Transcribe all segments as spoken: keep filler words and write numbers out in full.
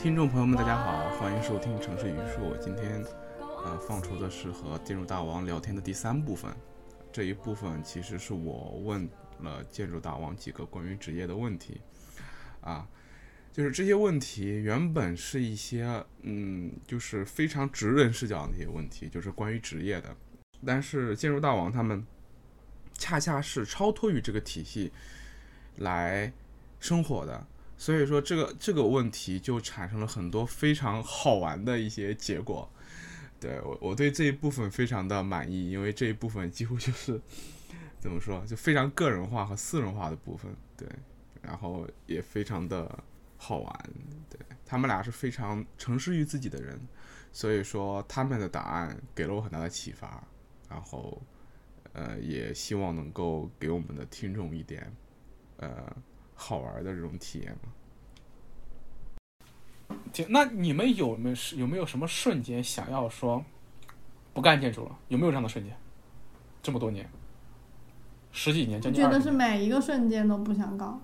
听众朋友们大家好，欢迎收听城市榆树。今天呃放出的是和建筑大王聊天的第三部分。这一部分其实是我问了建筑大王几个关于职业的问题啊，就是这些问题原本是一些嗯就是非常职人视角的一些问题，就是关于职业的，但是建筑大王他们恰恰是超脱于这个体系来生活的，所以说这个这个问题就产生了很多非常好玩的一些结果。对，我我对这一部分非常的满意，因为这一部分几乎就是怎么说，就非常个人化和私人化的部分。对，然后也非常的好玩。对，他们俩是非常诚实于自己的人，所以说他们的答案给了我很大的启发，然后呃也希望能够给我们的听众一点呃好玩的这种体验嘛。 那你们有没有有没有什么瞬间想要说不干建筑了？有没有这样的瞬间？这么多年，十几年，将近二十年。 我觉得是每一个瞬间都不想搞。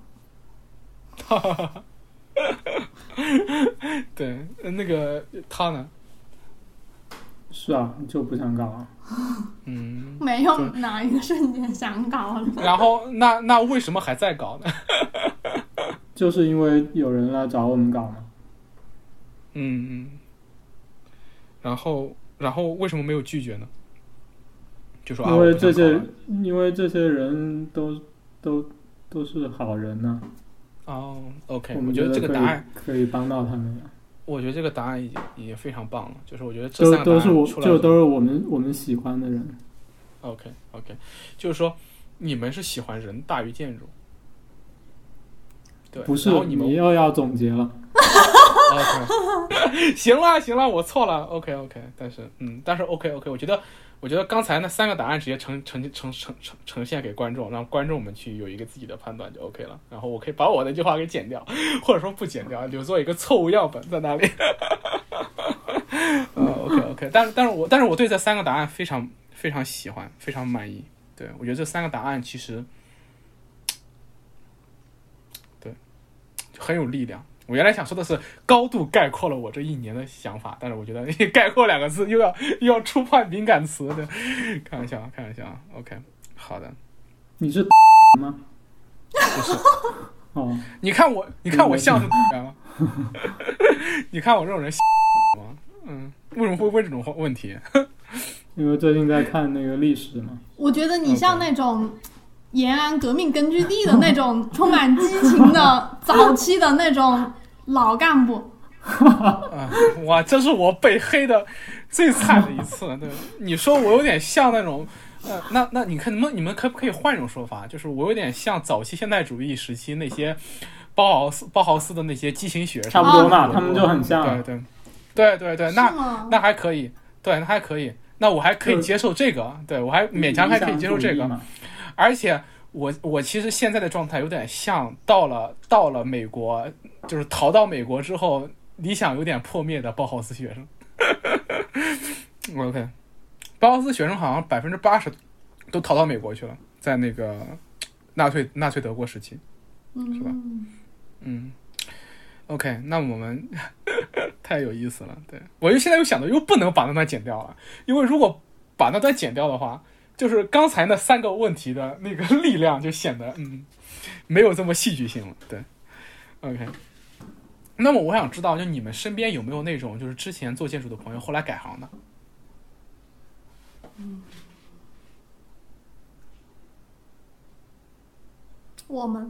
对，那个他呢？ 是啊，就不想搞啊。 嗯， 没有哪一个瞬间想搞了。 然后那那为什么还在搞呢？ 就是因为有人来找我们搞嘛。 嗯嗯。然后然后为什么没有拒绝呢？就说因为这些、 啊、 因为这些人都都都是好人呢、 啊。哦 ，OK， 我觉得这个答案可以帮到他们呀。 我觉得这个答案已经已经非常棒了，就是我觉得这三个答案出来就都是我，就都是我们我们喜欢的人。 OK OK， 就是说你们是喜欢人大于建筑。对， 不是， 然后你们你又要总结了。 OK， 行了行了，我错了。OK OK， 但是嗯，但是 OK OK， 我觉得我觉得刚才那三个答案直接呈呈呈呈呈呈现给观众，让观众们去有一个自己的判断就 OK 了。然后我可以把我那句话给剪掉，或者说不剪掉，留作一个错误样本在那里。呃 OK OK， 但是但是我但是我对这三个答案非常非常喜欢，非常满意。对，我觉得这三个答案其实对很有力量。我原来想说的是高度概括了我这一年的想法，但是我觉得概括两个字又要又要触碰敏感词，对，开玩笑开玩笑 OK， 好的。 你是吗？ 不是。 哦， 你看我你看我像是吗？你看我这种人吗？嗯，为什么会问这种问题？ 因为最近在看那个历史嘛。 我觉得你像那种延安革命根据地的那种充满激情的早期的那种老干部。 啊，哇，这是我被黑的最惨的一次。对，你说我有点像那种，呃，那那你看你们你们可不可以换一种说法？就是我有点像早期现代主义时期那些包豪斯包豪斯的那些激情学生， 差不多嘛，他们就很像。 对对对对对，那那还可以，对，那还可以，那我还可以接受这个，对我还勉强还可以接受这个，而且。我我其实现在的状态有点像到了到了美国，就是逃到美国之后，理想有点破灭的包豪斯学生。OK， 包豪斯学生好像百分之八十都逃到美国去了，在那个纳粹纳粹德国时期，是吧？嗯 ，OK， 那我们太有意思了。对，我就现在又想到又不能把那段剪掉了，因为如果把那段剪掉的话。就是刚才那三个问题的那个力量就显得嗯没有这么戏剧性了，对 ，OK。那么我想知道，就你们身边有没有那种就是之前做建筑的朋友后来改行的？ 嗯，我们，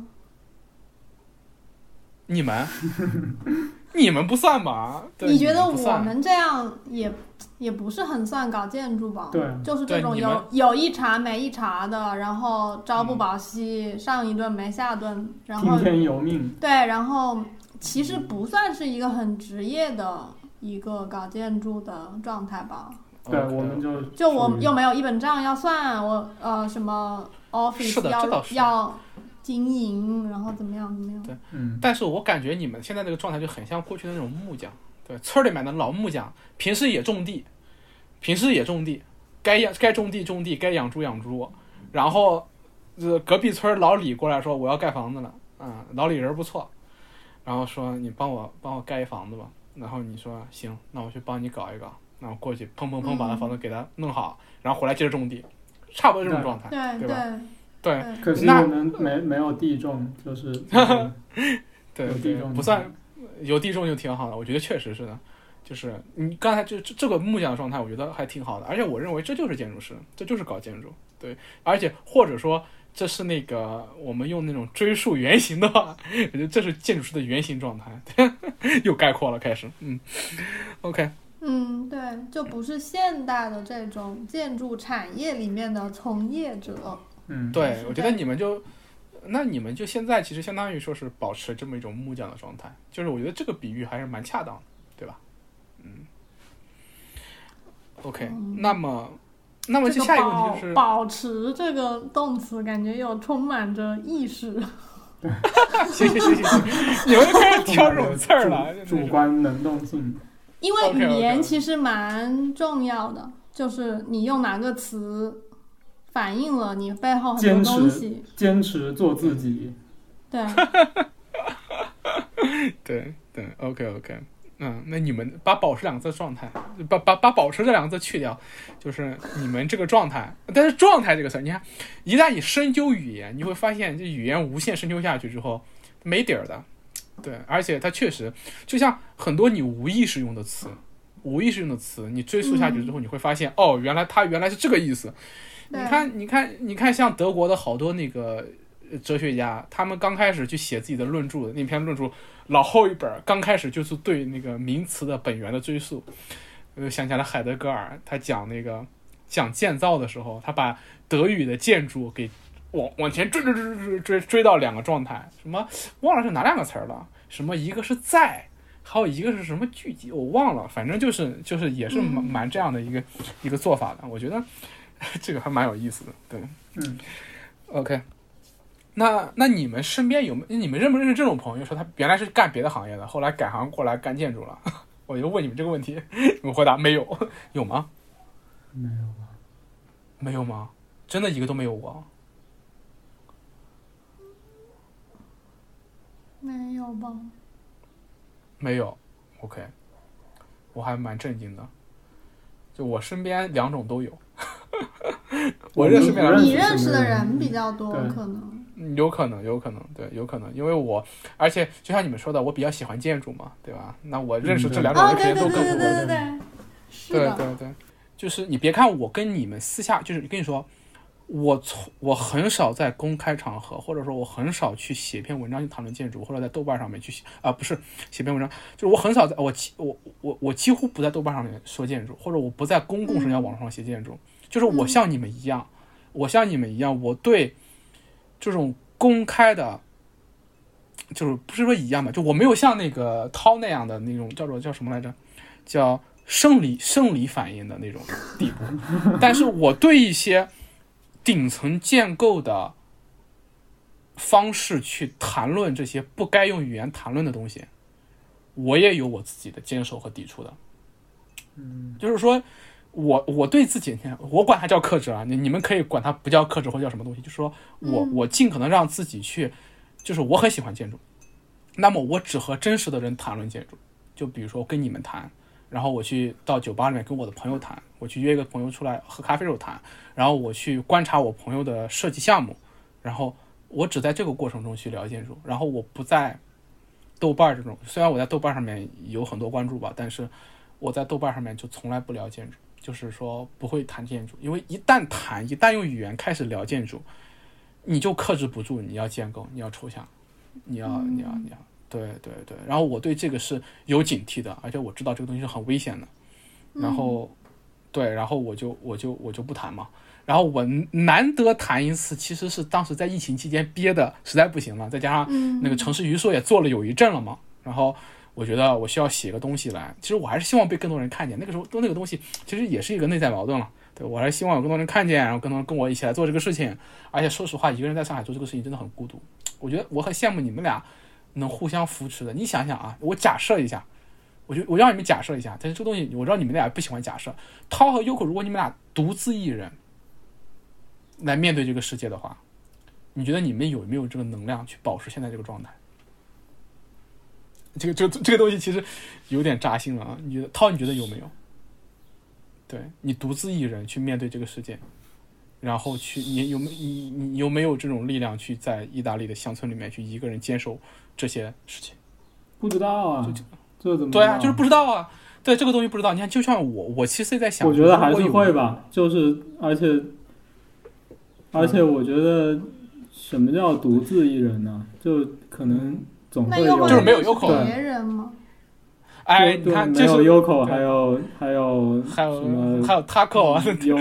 你们，你们不算吧？ 你觉得我们这样也？也不是很算搞建筑吧， 对， 就是这种有有一茬没一茬的，然后朝不保夕、嗯，上一顿没下顿，然后听天由命。 对，然后其实不算是一个很职业的一个搞建筑的状态吧。 对，我们就就我又没有一本账要算，我呃什么 office 要要经营，然后怎么样怎么样。 对， 嗯。 但是我感觉你们现在这个状态就很像过去的那种木匠。对，村里面的老木匠，平时也种地，平时也种地，该养该种地种地，该养猪养猪。然后，呃，隔壁村老李过来说我要盖房子了，啊、嗯，老李人不错。 然后说你帮我帮我盖一房子吧，然后你说行，那我去帮你搞一搞，然后过去砰砰砰把他房子给他弄好，然后回来接着种地，差不多这种状态， 对对吧？ 对， 对， 可惜我们没没有地种，就是对有地种不算有地种就挺好的，我觉得确实是的。就是你刚才这这个木匠的状态，我觉得还挺好的，而且我认为这就是建筑师，这就是搞建筑，对，而且或者说这是那个我们用那种追溯原型的话，我觉得这是建筑师的原型状态，又概括了开始，嗯 ，OK， 嗯，对，就不是现代的这种建筑产业里面的从业者， 嗯， 对，我觉得你们就。那你们就现在其实相当于说是保持这么一种木匠的状态，就是我觉得这个比喻还是蛮恰当的，对吧？嗯 ，OK，、嗯、那么，那么接下一个问题就是保持这个动词，感觉又充满着意识。 行行行行行，你们开始挑这种刺儿了， 主观能动性。 因为语言其实蛮重要的， okay, okay. 就是你用哪个词。反映了你背后很多东西， 坚持, 坚持做自己。 对， 对对 ，OK OK， 嗯，那你们把保持两个字状态，把把把保持这两个字去掉，就是你们这个状态。但是状态这个词，你看，一旦你深究语言，你会发现这语言无限深究下去之后没底儿的。对，而且它确实就像很多你无意识用的词，无意识用的词，你追溯下去之后，你会发现、嗯、哦，原来它原来是这个意思。你看，你看，你看，像德国的好多那个哲学家，他们刚开始去写自己的论著，那篇论著老厚一本，刚开始就是对那个名词的本源的追溯。我想起来海德格尔，他讲那个讲建造的时候，他把德语的建筑给往往前追追追追追追到两个状态，什么忘了是哪两个词了，什么一个是在，还有一个是什么聚集，我忘了，反正就是就是也是蛮蛮这样的一个、嗯、一个做法的，我觉得。这个还蛮有意思的，对， 嗯 ，OK， 那那你们身边有没有你们认不认识这种朋友，说他原来是干别的行业的，后来改行过来干建筑了？我就问你们这个问题，你们回答没有，有吗？ 没有吧？ 没有吗？真的一个都没有过？ 没有吧？ 没有 ，OK， 我还蛮震惊的，就我身边两种都有。我认识你认识的人比较多，可能有可能，有可能，对，有可能，因为我，而且就像你们说的，我比较喜欢建筑嘛，对吧？那我认识这两种人肯定都更多。 对对对对对，是的， 对对对，就是你别看我跟你们私下，就是跟你说，我从我很少在公开场合，或者说我很少去写篇文章去谈论建筑，或者在豆瓣上面去写啊、呃，不是写篇文章，就是我很少在我我我我几乎不在豆瓣上面说建筑，或者我不在公共社交网络上写建筑。嗯，就是我像你们一样、嗯、我像你们一样，我对这种公开的就是不是说一样吧，就我没有像那个涛那样的那种叫做叫什么来着，叫生理生理反应的那种地步但是我对一些顶层建构的方式去谈论这些不该用语言谈论的东西，我也有我自己的坚守和抵触的。 嗯， 就是说我我对自己，我管它叫克制啊，你你们可以管它不叫克制或叫什么东西，就是说我我尽可能让自己去，就是我很喜欢建筑，那么我只和真实的人谈论建筑，就比如说跟你们谈，然后我去到酒吧里面跟我的朋友谈，我去约一个朋友出来喝咖啡时候谈，然后我去观察我朋友的设计项目，然后我只在这个过程中去聊建筑，然后我不在豆瓣这种，虽然我在豆瓣上面有很多关注吧，但是我在豆瓣上面就从来不聊建筑，就是说不会谈建筑，因为一旦谈，一旦用语言开始聊建筑，你就克制不住，你要建构，你要抽象，你要你要你要，对对对。然后我对这个是有警惕的，而且我知道这个东西是很危险的。然后，对，然后我就我就我就不谈嘛。然后我难得谈一次，其实是当时在疫情期间憋的实在不行了，再加上那个城市榆树也做了有一阵了嘛，然后我觉得我需要写个东西来，其实我还是希望被更多人看见。那个时候都那个东西其实也是一个内在矛盾了，对，我还是希望有更多人看见，然后更多人跟我一起来做这个事情。而且说实话，一个人在上海做这个事情真的很孤独。我觉得我很羡慕你们俩能互相扶持的。你想想啊，我假设一下，我就我让你们假设一下，但是这个东西我知道你们俩不喜欢假设。涛和优口，如果你们俩独自一人来面对这个世界的话，你觉得你们有没有这个能量去保持现在这个状态？ 这个这个这个东西其实有点扎心了啊！你觉得涛，你觉得有没有？对你独自一人去面对这个世界，然后去你有没你你有没有这种力量去在意大利的乡村里面去一个人坚守这些事情？ 不知道啊，这怎么对啊，就是不知道啊。对这个东西不知道，你看，就像我，我其实也在想， 我觉得还是会吧，就是而且而且我觉得什么叫独自一人呢？就可能总会有， 就是没有 Yoko 别人吗？ 哎，你看， 没有 Yoko， 还有还有还有什么？ 还有 Taco 啊， 有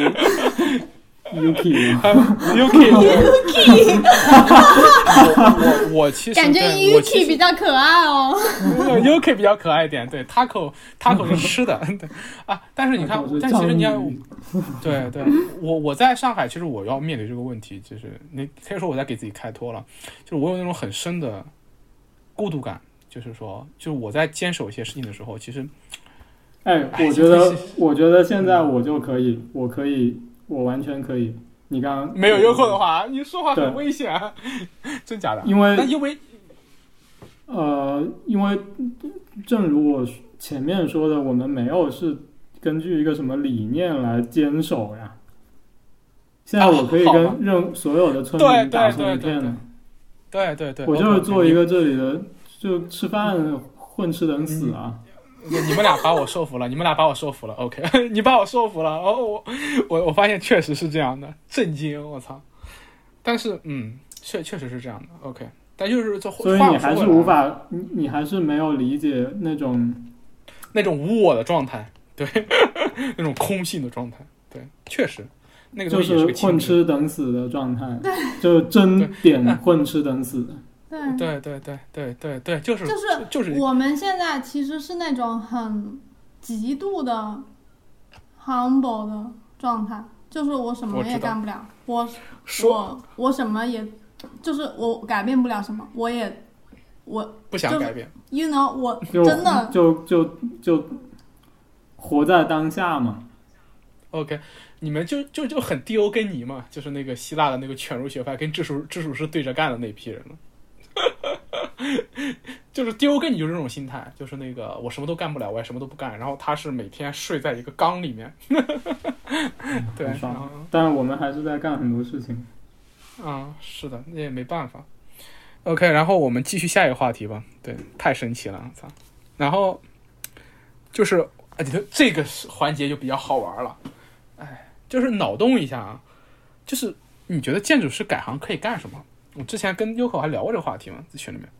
Yuki， 还有 Yuki，Yuki， 我我其实感觉 Yuki 比较可爱哦 ，Yuki 比较可爱一点，对 Taco Taco 是吃的，对啊，但是你看，但其实你看，对对，我我在上海，其实我要面对这个问题，就是你可以说我在给自己开脱了，就是我有那种很深的孤独感。就是说，就是我在坚守一些事情的时候，其实， 哎，我觉得，我觉得现在我就可以，我可以，我完全可以。你刚刚没有优酷的话，你说话很危险，啊，真假的？ 因为， 那因为， 呃，因为正如我前面说的，我们没有是根据一个什么理念来坚守呀。现在我可以跟任所有的村民打成一片的。 对对对， 我就是做一个这里的。就吃饭混吃等死啊！ 你们俩把我说服了，你们俩把我说服了 ，OK， 你把我说服了，哦，我我我发现确实是这样的，震惊，我操！但是，嗯，确确实是这样的 ，OK， 但就是这， 所以你还是无法，你你还是没有理解那种那种无我的状态，对，那种空性的状态，对，确实，那个就是混吃等死的状态，就真点混吃等死。 对对对对对对，就是就是就是我们现在其实是那种很极度的 humble 的状态，就是我什么也干不了，我我我什么也，就是我改变不了什么，我也我不想改变。 You know， 我真的就就就就活在当下嘛。 OK， 你们就就就很迪欧根尼嘛，就是那个希腊的那个犬儒学派跟智术智术师对着干的那批人了。就是迪欧根尼就是这种心态，就是那个我什么都干不了，我也什么都不干，然后他是每天睡在一个缸里面。对，然后但我们还是在干很多事情。 啊，是的，那也没办法。OK， 然后我们继续下一个话题吧。对，太神奇了，操！然后就是这个环节就比较好玩了。哎，就是脑洞一下啊，就是你觉得建筑师改行可以干什么？我之前跟 Yoko 还聊过这个话题嘛，在群里面。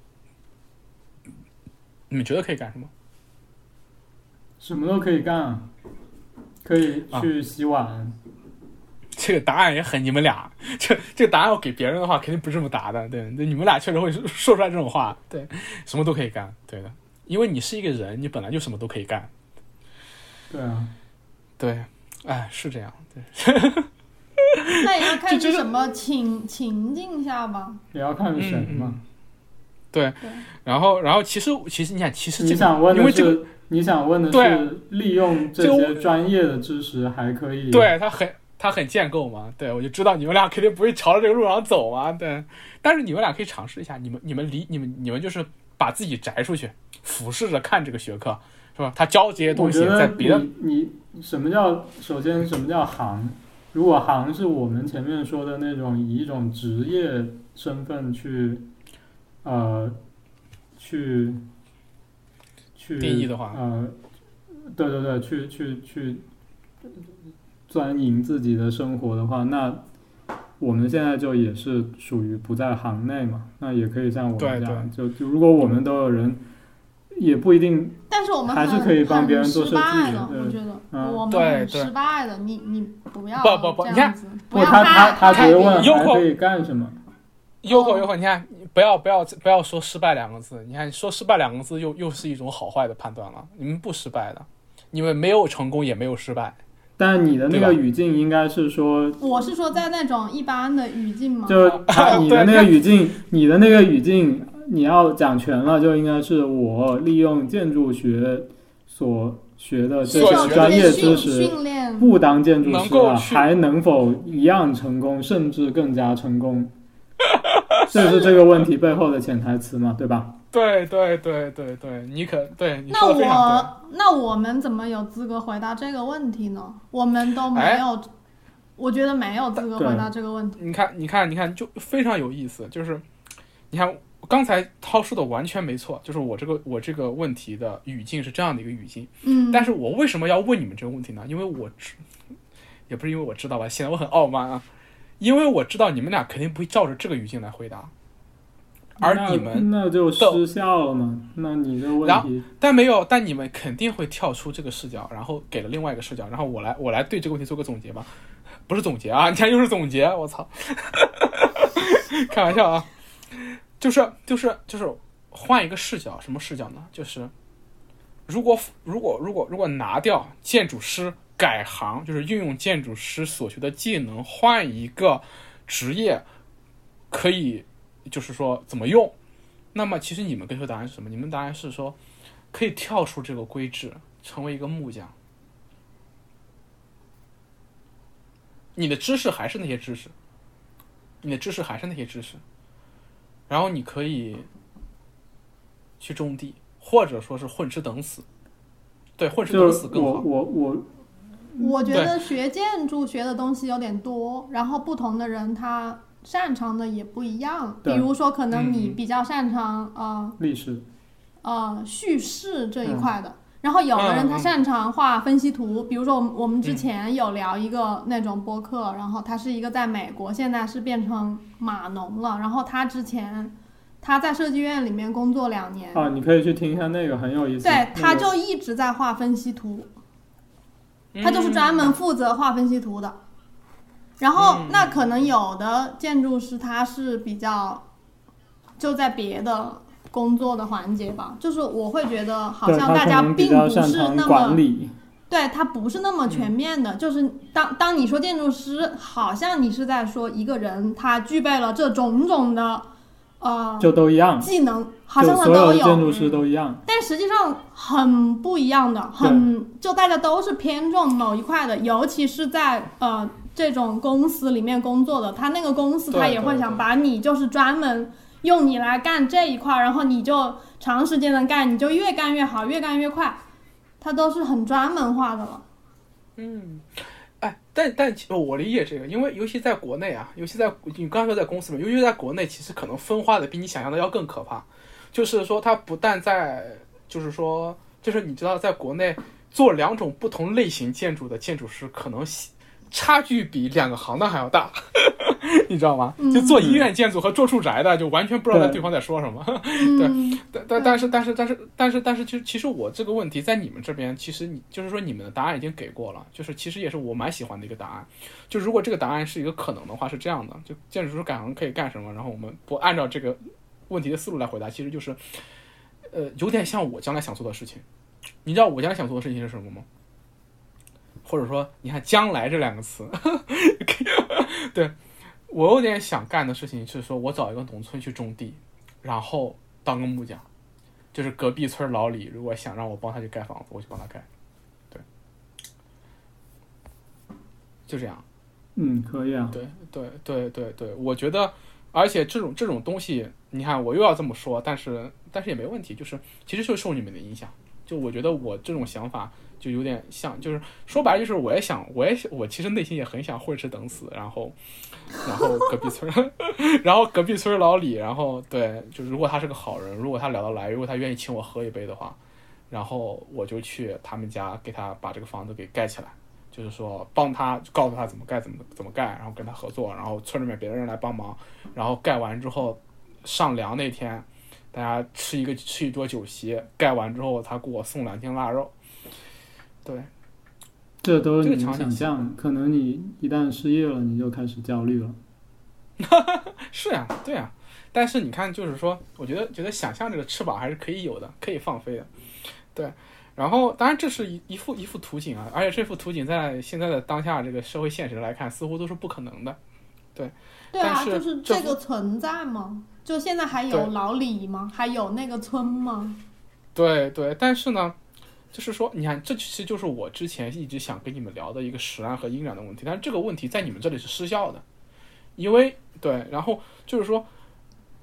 你们觉得可以干什么？ 什么都可以干，可以去洗碗。啊， 这个答案也很你们俩，这这个答案要给别人的话，肯定不是这么答的。对，你们俩确实会说出来这种话。对，什么都可以干，对的，因为你是一个人，你本来就什么都可以干。 对啊， 对，哎，是这样，对。 那也要看是什么情情境下吧， 也要看是谁嘛。嗯、 对, 对，然后然后其实其实你看，其实、这个、 你想问的是， 因为这个你想问的是利用这些专业的知识还可以， 对他很他很建构嘛，对我就知道你们俩肯定不会朝着这个路上走嘛，对，但是你们俩可以尝试一下，你们你们离你们你们就是把自己摘出去，俯视着看这个学科，是吧？他教这些东西在别的， 你你什么叫首先什么叫行？如果行是我们前面说的那种以一种职业身份去，呃，去去定义的话， 呃，对对对，去去去钻营自己的生活的话，那我们现在就也是属于不在行内嘛，那也可以像我们这样，就就如果我们都有人。也不一定， 但是我们还是可以帮别人做设计的。我觉得、嗯、我们很失败的，你你不要不不不， 你看， 不他他他只是问还可以干什么？ 优口优口，你看，不要不要不要说失败两个字，你看说失败两个字又又是一种好坏的判断了。你们不失败的，你们没有成功也没有失败。 但你的那个语境应该是说， 我是说在那种一般的语境嘛， 就他你的那个语境，你的那个语境。你要讲全了，就应该是我利用建筑学所学的这些专业知识，不当建筑师了，还能否一样成功，甚至更加成功？ 这是这个问题背后的潜台词嘛，对吧？ 对对对对对，你可对你说的非常对。那我那我们怎么有资格回答这个问题呢？我们都没有，我觉得没有资格回答这个问题。 你看，你看，你看，就非常有意思。就是你看，刚才涛说的完全没错，就是我这个我这个问题的语境是这样的一个语境。 嗯。 但是我为什么要问你们这个问题呢？因为我知，也不是因为我知道吧，显得我很傲慢啊。因为我知道你们俩肯定不会照着这个语境来回答。而你们那, 那就失效了嘛？那你这问题， 但没有，但你们肯定会跳出这个视角，然后给了另外一个视角，然后我来我来对这个问题做个总结吧，不是总结啊，你看又是总结，我操，开玩笑啊，就是就是就是换一个视角，什么视角呢？就是如果如果如果如果拿掉建筑师改行，就是运用建筑师所学的技能换一个职业，可以。就是说怎么用，那么其实你们给出答案是什么？你们答案是说可以跳出这个规制，成为一个木匠。你的知识还是那些知识，你的知识还是那些知识，然后你可以去种地，或者说是混吃等死。对，混吃等死更好。 我我我， 我觉得学建筑学的东西有点多，然后不同的人他。擅长的也不一样，比如说可能你比较擅长、嗯、呃历史呃叙事这一块的、嗯、然后有的人他擅长画分析图、嗯、比如说我们之前有聊一个那种播客、嗯、然后他是一个在美国现在是变成码农了，然后他之前他在设计院里面工作两年啊，你可以去听一下那个很有意思， 对、那个、他就一直在画分析图、嗯、他就是专门负责画分析图的。然后那可能有的建筑师他是比较就在别的工作的环节吧，就是我会觉得好像大家并不是那么对他不是那么全面的、嗯、就是当当你说建筑师好像你是在说一个人他具备了这种种的呃就都一样技能，好像所有的建筑师都一样、嗯、 但实际上很不一样的，很就大家都是偏重某一块的，尤其是在呃这种公司里面工作的，他那个公司他也会想把你就是专门用你来干这一块，然后你就长时间的干，你就越干越好，越干越快，他都是很专门化的了。 嗯，哎，但但我理解这个，因为尤其在国内啊，尤其在你刚才说在公司里，尤其在国内，其实可能分化的比你想象的要更可怕。就是说，它不但在，就是说，就是你知道，在国内做两种不同类型建筑的建筑师，可能差距比两个行当还要大，你知道吗？就做医院建筑和做住宅的，就完全不知道对方在说什么。对，但但但是但是但是但是但是，其实其实我这个问题在你们这边，其实你就是说你们的答案已经给过了，就是其实也是我蛮喜欢的一个答案。就如果这个答案是一个可能的话，是这样的：就建筑师改行可以干什么？然后我们不按照这个问题的思路来回答，其实就是，呃，有点像我将来想做的事情。你知道我将来想做的事情是什么吗？或者说你看将来这两个词对，我有点想干的事情是说我找一个农村去种地，然后当个木匠，就是隔壁村老李如果想让我帮他去盖房子，我就帮他盖。对，就这样。 嗯，可以啊。 对对对对对，我觉得而且这种这种东西你看我又要这么说，但是但是也没问题，就是其实就受你们的影响，就我觉得我这种想法就有点像，就是说白了就是我也想，我也我其实内心也很想混吃等死，然后，然后隔壁村，然后隔壁村老李，然后对，就如果他是个好人，如果他聊得来，如果他愿意请我喝一杯的话，然后我就去他们家给他把这个房子给盖起来，就是说帮他告诉他怎么盖怎么怎么盖，然后跟他合作，然后村里面别的人来帮忙，然后盖完之后上梁那天大家吃一个吃一桌酒席，盖完之后他给我送两斤腊肉。对， 这都是你的想象，可能你一旦失业了，你就开始焦虑了。 是呀、啊，对呀、啊，但是你看，就是说，我觉得觉得想象这个翅膀还是可以有的，可以放飞的。对，然后当然这是一一幅一幅图景啊，而且这幅图景在现在的当下这个社会现实来看，似乎都是不可能的。对， 对啊， 是就是这个存在吗？就现在还有老李吗？还有那个村吗？ 对对，但是呢。就是说，你看，这其实就是我之前一直想跟你们聊的一个实案和因然的问题，但是这个问题在你们这里是失效的，因为对，然后就是说，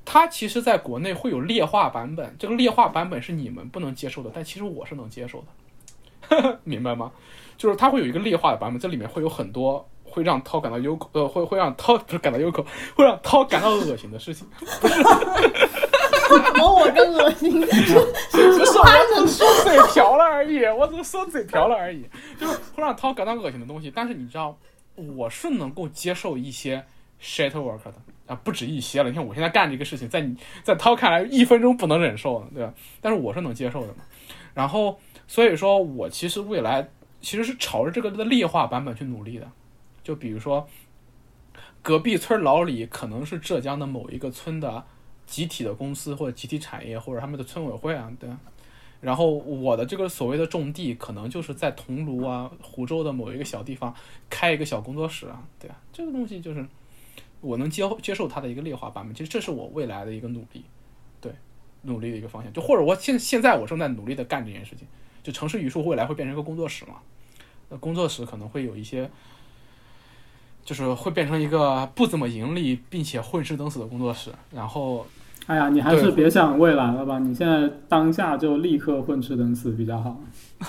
它其实在国内会有劣化版本，这个劣化版本是你们不能接受的，但其实我是能接受的，明白吗？就是它会有一个劣化的版本，这里面会有很多会让涛感到忧口，呃，会会让涛不是感到忧口，会让涛感到恶心的事情，不是。 怎么我更恶心？是是不是，我只是说嘴瓢了而已，我只是说嘴瓢了而已，就是会让涛感到恶心的东西。但是你知道，我是能够接受一些 shit work 的啊，不止一些了。你看我现在干这个事情，在你在涛看来一分钟不能忍受的，对吧？但是我是能接受的嘛。然后所以说我其实未来其实是朝着这个的劣化版本去努力的。就比如说，隔壁村老李可能是浙江的某一个村的集体的公司或者集体产业或者他们的村委会啊，对啊。然后我的这个所谓的种地，可能就是在桐庐啊、湖州的某一个小地方开一个小工作室啊，对啊。这个东西就是我能接接受它的一个劣化版本，其实这是我未来的一个努力，对，努力的一个方向。就或者我现现在我正在努力的干这件事情，就城市语数未来会变成一个工作室嘛，那工作室可能会有一些。就是会变成一个不怎么盈利并且混吃等死的工作室，然后， 哎呀，你还是别想未来了吧，你现在当下就立刻混吃等死比较好。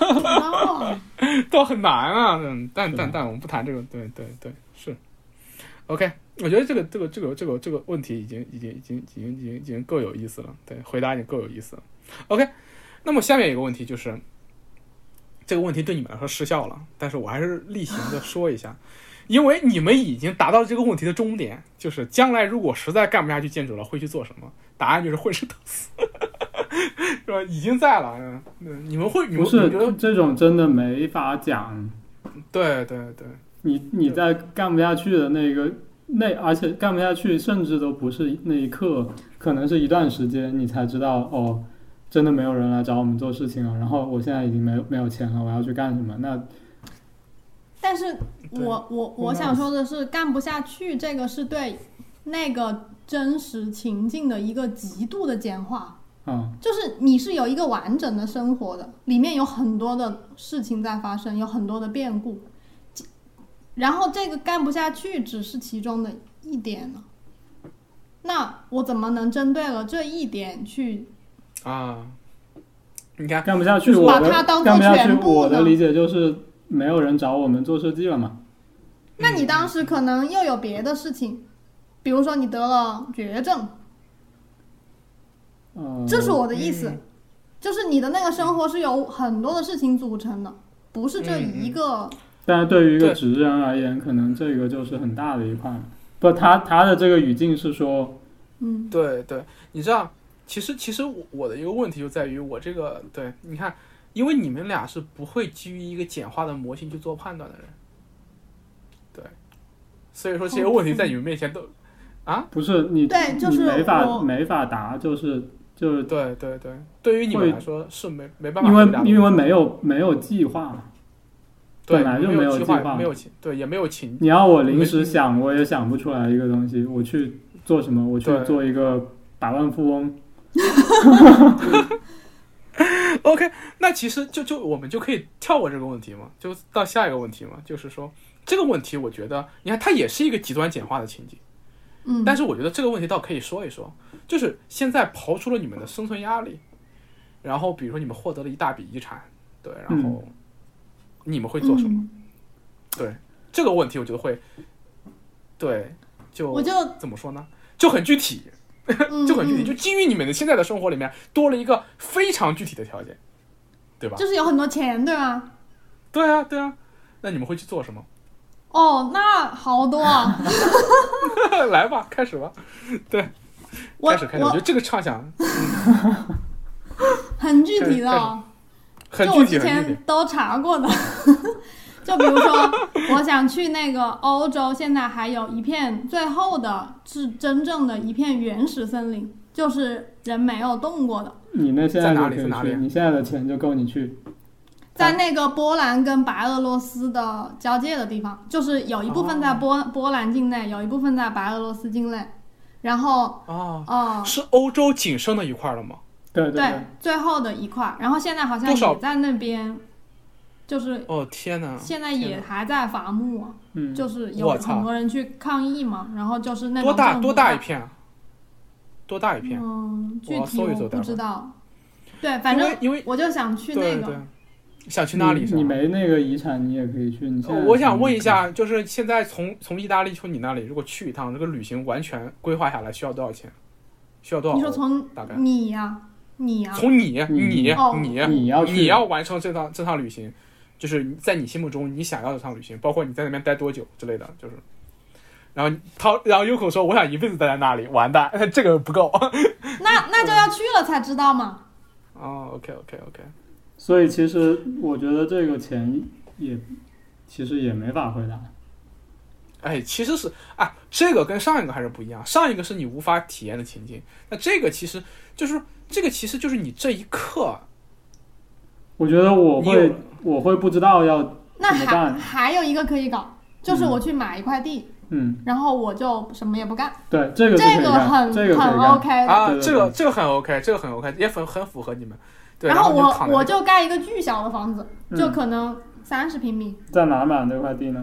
都很难啊，但但但我们不谈这个，对对对，是。OK， 我觉得这个这个这个这个这个问题已经已经已经已经已经已经够有意思了，对，回答已经够有意思了。OK， 那么下面一个问题就是，这个问题对你们来说失效了，但是我还是例行的说一下。因为你们已经达到这个问题的终点，就是将来如果实在干不下去建筑了，会去做什么？答案就是混吃等死，是吧？已经在了，嗯，你们会，你们不是觉得这种真的没法讲。 对对对， 你你在干不下去的那个那，而且干不下去，甚至都不是那一刻，可能是一段时间，你才知道哦，真的没有人来找我们做事情了，然后我现在已经没有没有钱了，我要去干什么？那。 但是我我我想说的是，干不下去，这个是对那个真实情境的一个极度的简化。 嗯， 就是你是有一个完整的生活的，里面有很多的事情在发生，有很多的变故，然后这个干不下去只是其中的一点呢。那我怎么能针对了这一点去啊？你看干不下去，我的把它当做干不下去， 全部我的理解就是没有人找我们做设计了嘛。 那你当时可能又有别的事情，比如说你得了绝症， 呃、 这是我的意思、嗯、就是你的那个生活是有很多的事情组成的，不是这一个、嗯、 但是对于一个职人而言，可能这个就是很大的一块。不，他他的这个语境是说嗯， 对对，你知道其实其实我的一个问题就在于我这个，对，你看因为你们俩是不会基于一个简化的模型去做判断的人，对，所以说这些问题在你们面前都啊， 不是你对，就是你没法没法答，就是就是对对对，对于你们来说是没没办法， 因为因为没有没有计划， 对， 本来就没有计划， 没有情，对，也没有情。 你要我临时想，我也想不出来一个东西，我去做什么？我去做一个百万富翁。 OK， 那其实就就我们就可以跳过这个问题嘛，就到下一个问题嘛，就是说这个问题，我觉得你看它也是一个极端简化的情景， 嗯， 但是我觉得这个问题倒可以说一说，就是现在刨出了你们的生存压力，然后比如说你们获得了一大笔遗产，对，然后你们会做什么？ 嗯、 对这个问题，我觉得会，对，就我就怎么说呢，就很具体。就很具体，就基于你们的现在的生活里面多了一个非常具体的条件，对吧？ 就是有很多钱，对吧？ 对啊，对啊。那你们会去做什么？ 哦，那好多啊！ 来吧，开始吧。对，开始开始。我觉得这个畅想、 嗯、很具体的， 很具体， 就我之前都查过的。就比如说我想去那个欧洲，现在还有一片最后的是真正的一片原始森林，就是人没有动过的。 你那现在哪里？在哪里？ 你现在的钱就够你去。 在那个波兰跟白俄罗斯的交界的地方，就是有一部分在波、哦、波兰境内，有一部分在白俄罗斯境内。然后哦、 呃、 是欧洲仅剩的一块了吗？ 对对对, 对，最后的一块。然后现在好像也在那边。就是哦天哪！ 现在也还在伐木、啊， 嗯， 就是有很多人去抗议嘛，然后就是那种多大多大一片啊？ 多大一片？ 嗯，具体我我不知道。对，反正因为我就想去那个。 对对想去哪里是吧？ 你没那个遗产，你也可以去。你现在我想问一下，就是现在从从意大利去你那里，如果去一趟，这个旅行完全规划下来需要多少钱？需要多少？ 你说从大概你呀、啊，你呀、啊， 从你你你、 哦、 你你要你要完成这趟这趟旅行，就是在你心目中你想要的这趟旅行，包括你在那边待多久之类的，就是。然后他，然后优口说：“我想一辈子待在那里。”完蛋，这个不够。 那那就要去了才知道嘛。 哦 ，OK OK OK。 所以其实我觉得这个钱也其实也没法回答。 哎，其实是啊，这个跟上一个还是不一样。上一个是你无法体验的情境，那这个其实就是这个其实就是你这一刻。 我觉得我会我会不知道要怎么办。 那还还有一个可以搞，就是我去买一块地。 嗯， 然后我就什么也不干。 对，这个这个很这个很 OK 的啊， 对对对这个这个很 OK， 这个很 OK， 也很很符合你们。对， 然后我然后我就盖一个巨小的房子， 嗯、 就可能三十平米。 在哪买那块地呢？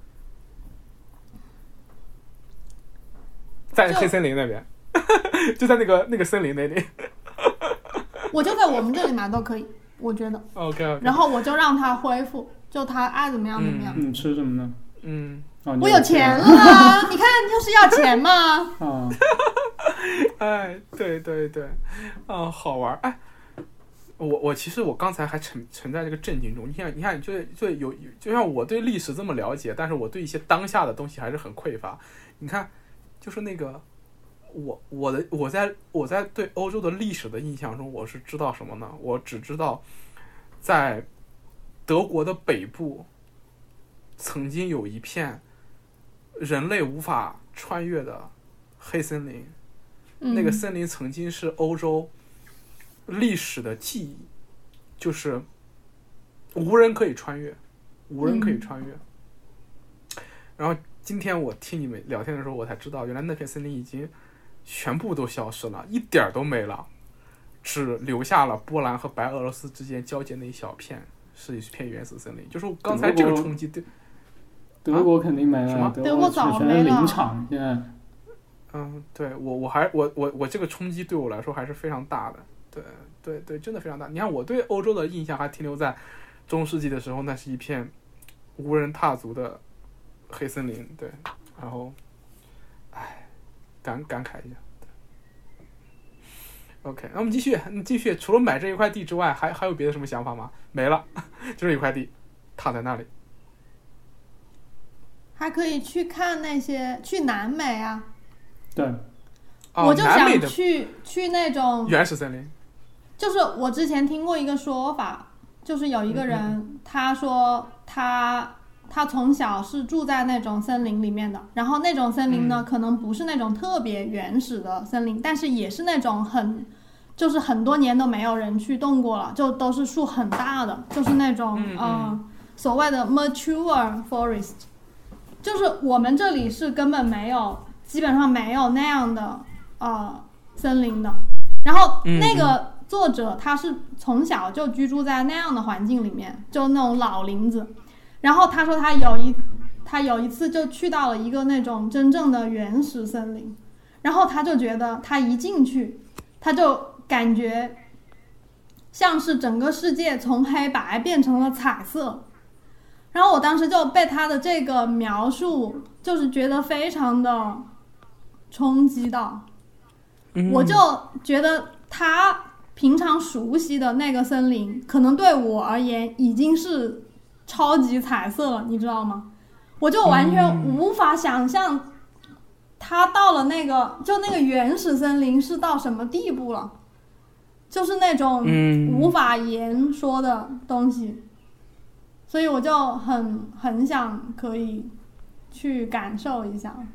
在黑森林那边，就在那个那个森林那里。 我就在我们这里买都可以，我觉得。 OK OK。 然后我就让它恢复，就它爱怎么样怎么样。 嗯，你吃什么呢？ 嗯。 哦、 我有钱了啊！你看，就是要钱嘛。 啊。 哎，对对对，啊，好玩哎。我我其实我刚才还沉沉在这个震惊中。你看你看，就就有就像我对历史这么了解，但是我对一些当下的东西还是很匮乏。你看，就是那个我我的我在我在对欧洲的历史的印象中，我是知道什么呢？我只知道在德国的北部曾经有一片人类无法穿越的黑森林， 嗯、 那个森林曾经是欧洲历史的记忆，就是无人可以穿越，无人可以穿越。嗯、然后今天我听你们聊天的时候，我才知道，原来那片森林已经全部都消失了，一点都没了，只留下了波兰和白俄罗斯之间交界那一小片，是一片原始森林。就是刚才这个冲击对。 德国肯定没了， 啊、 德国早没了。 林场现在。 嗯，对我我还我我我这个冲击对我来说还是非常大的，对对对，真的非常大。你看我对欧洲的印象还停留在中世纪的时候，那是一片无人踏足的黑森林，对，然后，唉，感感慨一下。OK， 那我们继续，你继续。除了买这一块地之外，还还有别的什么想法吗？没了，就是一块地，躺在那里。 还可以去看那些，去南美啊。 对。 我就想去、哦、去那种原始森林。 就是我之前听过一个说法，就是有一个人，嗯、他说他他从小是住在那种森林里面的，然后那种森林呢，嗯、可能不是那种特别原始的森林，但是也是那种很，就是很多年都没有人去动过了，就都是树很大的，就是那种嗯、呃、所谓的 mature forest。就是我们这里是根本没有，基本上没有那样的呃森林的。然后那个作者他是从小就居住在那样的环境里面，就那种老林子。然后他说他有一他有一次就去到了一个那种真正的原始森林，然后他就觉得他一进去，他就感觉像是整个世界从黑白变成了彩色。然后我当时就被他的这个描述，就是觉得非常的冲击到，嗯、我就觉得他平常熟悉的那个森林，可能对我而言已经是超级彩色了，你知道吗？我就完全无法想象，他到了那个就那个原始森林是到什么地步了，就是那种无法言说的东西。所以我就很很想可以去感受一下。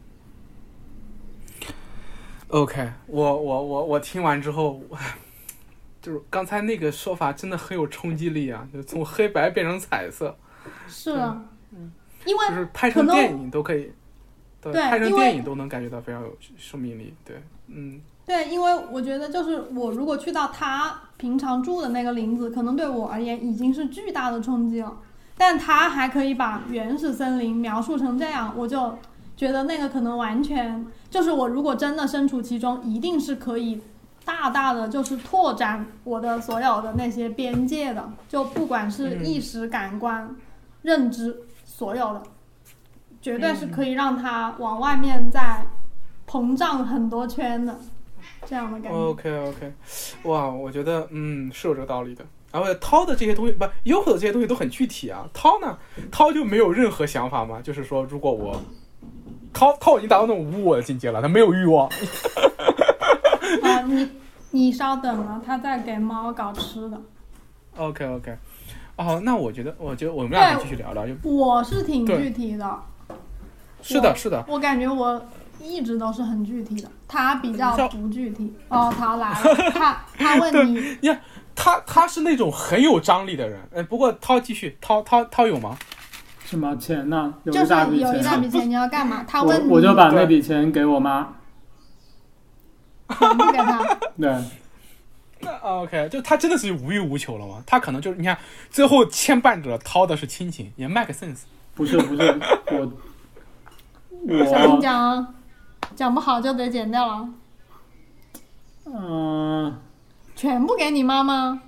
OK， 我我我我听完之后，就是刚才那个说法真的很有冲击力啊！就从黑白变成彩色。 是啊， 嗯， 因为就是拍成电影都可以，对，拍成电影都能感觉到非常有生命力。对，嗯。 对，因为我觉得就是我如果去到他平常住的那个林子，可能对我而言已经是巨大的冲击了，但他还可以把原始森林描述成这样，我就觉得那个可能完全就是我如果真的身处其中，一定是可以大大的就是拓展我的所有的那些边界的，就不管是意识、感官、嗯、认知，所有的绝对是可以让它往外面再膨胀很多圈的。这样的感觉。 OK OK， 哇，我觉得嗯是有这个道理的。然后涛的这些东西不 Yoko 的这些东西都很具体啊。涛呢，涛就没有任何想法吗？就是说如果我涛涛已经达到那种无我的境界了，他没有欲望。 啊，你你稍等了，他在给猫搞吃的。 OK OK， 哦，那我觉得我觉得我们俩可以继续聊聊。 我是挺具体的。 是的是的， 我感觉我一直都是很具体的，他比较不具体。哦，他来了，他他问你， 呀，他他是那种很有张力的人。哎，不过涛继续，涛涛涛有吗？ 什么钱呢？有一大笔钱，就是有一大笔钱，你要干嘛？他问你， 我, 我就把那笔钱给我妈， 全部给他。 对。 那 OK， 就他真的是无欲无求了吗？他可能就是你看，最后牵绊着涛的是亲情，也 make sense。 不是不是，我我小心讲啊。讲不好就得剪掉了。 嗯、呃， 全部给你妈妈。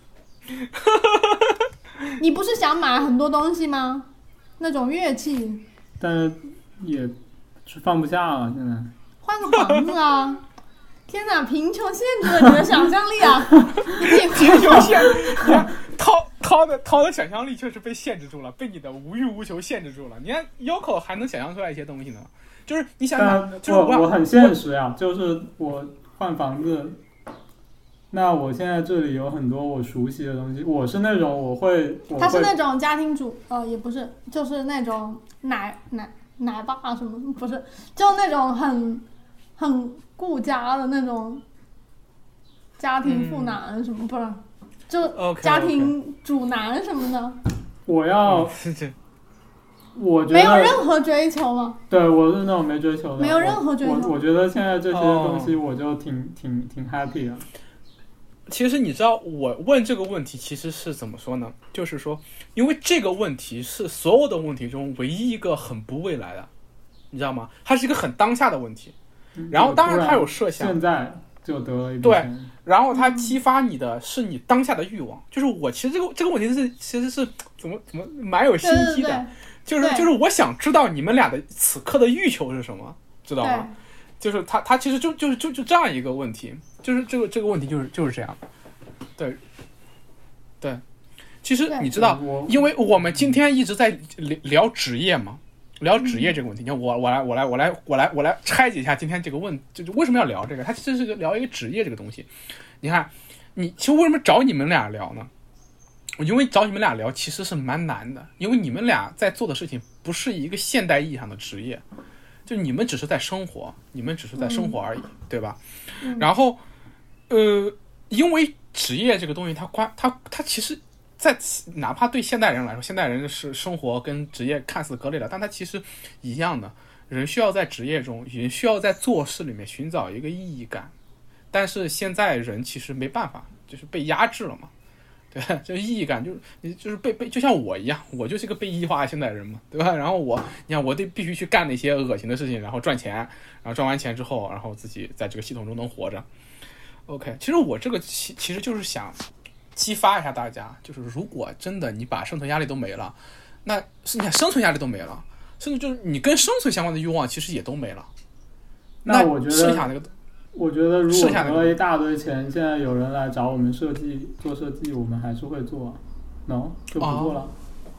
你不是想买很多东西吗？那种乐器。 但是也是放不下了，现在。 换个房子啊！天哪，贫穷限制了你的想象力啊！你贫穷限制，涛涛的涛的想象力确实被限制住了，被你的无欲无求限制住了。你看 Yoko 还能想象出来一些东西呢。就是你想想，就是我我很现实呀，就是我换房子，那我现在这里有很多我熟悉的东西，我是那种我会，我会他是那种家庭主，呃，也不是，就是那种奶奶奶爸什么，不是，就那种很很顾家的那种家庭妇男什么，嗯、不是，就家庭主男什么的。Okay, okay. 我要。 嗯我觉得没有任何追求吗？ 对，我是那种没追求的， 没有任何追求。 我 我, 我觉得现在这些东西我就挺、哦、挺挺 happy 的。 其实你知道我问这个问题其实是怎么说呢？就是说，因为这个问题是所有的问题中唯一一个很不未来的，你知道吗？它是一个很当下的问题。然后当然它有设想， 现在就得了一笔对， 钱。 然后它激发你的是你当下的欲望。就是我其实这个这个问题是其实是怎么怎么蛮有心机的。 对对对， 就是就是我想知道你们俩的此刻的欲求是什么，知道吗？就是他他其实就就是就就这样一个问题，就是这个这个问题就是就是这样，对对。其实你知道，因为我们今天一直在聊职业嘛，聊职业这个问题。你看我我来我来我来我来我来拆解一下今天这个问，就是为什么要聊这个？它其实是个聊一个职业这个东西。你看，你其实为什么找你们俩聊呢？因为找你们俩聊其实是蛮难的，因为你们俩在做的事情不是一个现代意义上的职业，就你们只是在生活，你们只是在生活而已，嗯、对吧？ 嗯、 然后，呃，因为职业这个东西它，它关它它其实，在哪怕对现代人来说，现代人是生活跟职业看似割裂了，但它其实一样的，人需要在职业中，人需要在做事里面寻找一个意义感，但是现在人其实没办法，就是被压制了嘛。对，这意义感就是你就是被被就像我一样，我就是个被异化的现代人嘛，对吧？然后我，你看我得必须去干那些恶心的事情，然后赚钱，然后赚完钱之后，然后自己在这个系统中能活着。OK， 其实我这个其其实就是想激发一下大家，就是如果真的你把生存压力都没了，那是你看生存压力都没了，甚至就是你跟生存相关的欲望其实也都没了。 那我觉得剩下那个。 我觉得如果得了一大堆钱，现在有人来找我们设计做设计，我们还是会做 ，no 就不做了。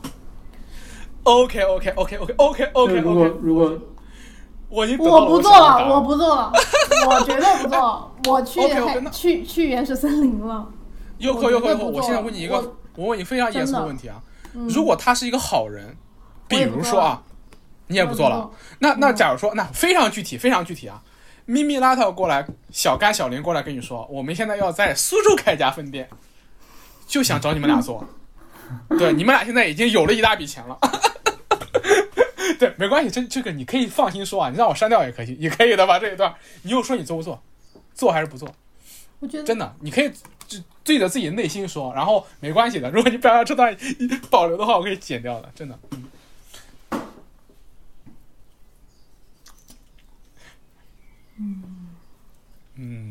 OK OK OK OK OK OK。 如果如果我已经我不做了，我不做了，我绝对不做，我去 okay, okay, 去去原始森林了。 优酷优酷优酷，我现在问你一个，我问你非常严肃的问题啊， 嗯、 如果他是一个好人，比如说啊，你也不做了，那那假如说那非常具体非常具体啊。咪咪拉特过来，小甘小林过来跟你说，我们现在要在苏州开家分店，就想找你们俩做。对，你们俩现在已经有了一大笔钱了。对，没关系，这这个你可以放心说啊，你让我删掉也可以，也可以的吧？这一段你又说你做不做，做还是不做？ 我觉得真的，你可以对着自己内心说，然后没关系的。如果你不想要这段保留的话，我可以剪掉的，真的。 嗯嗯，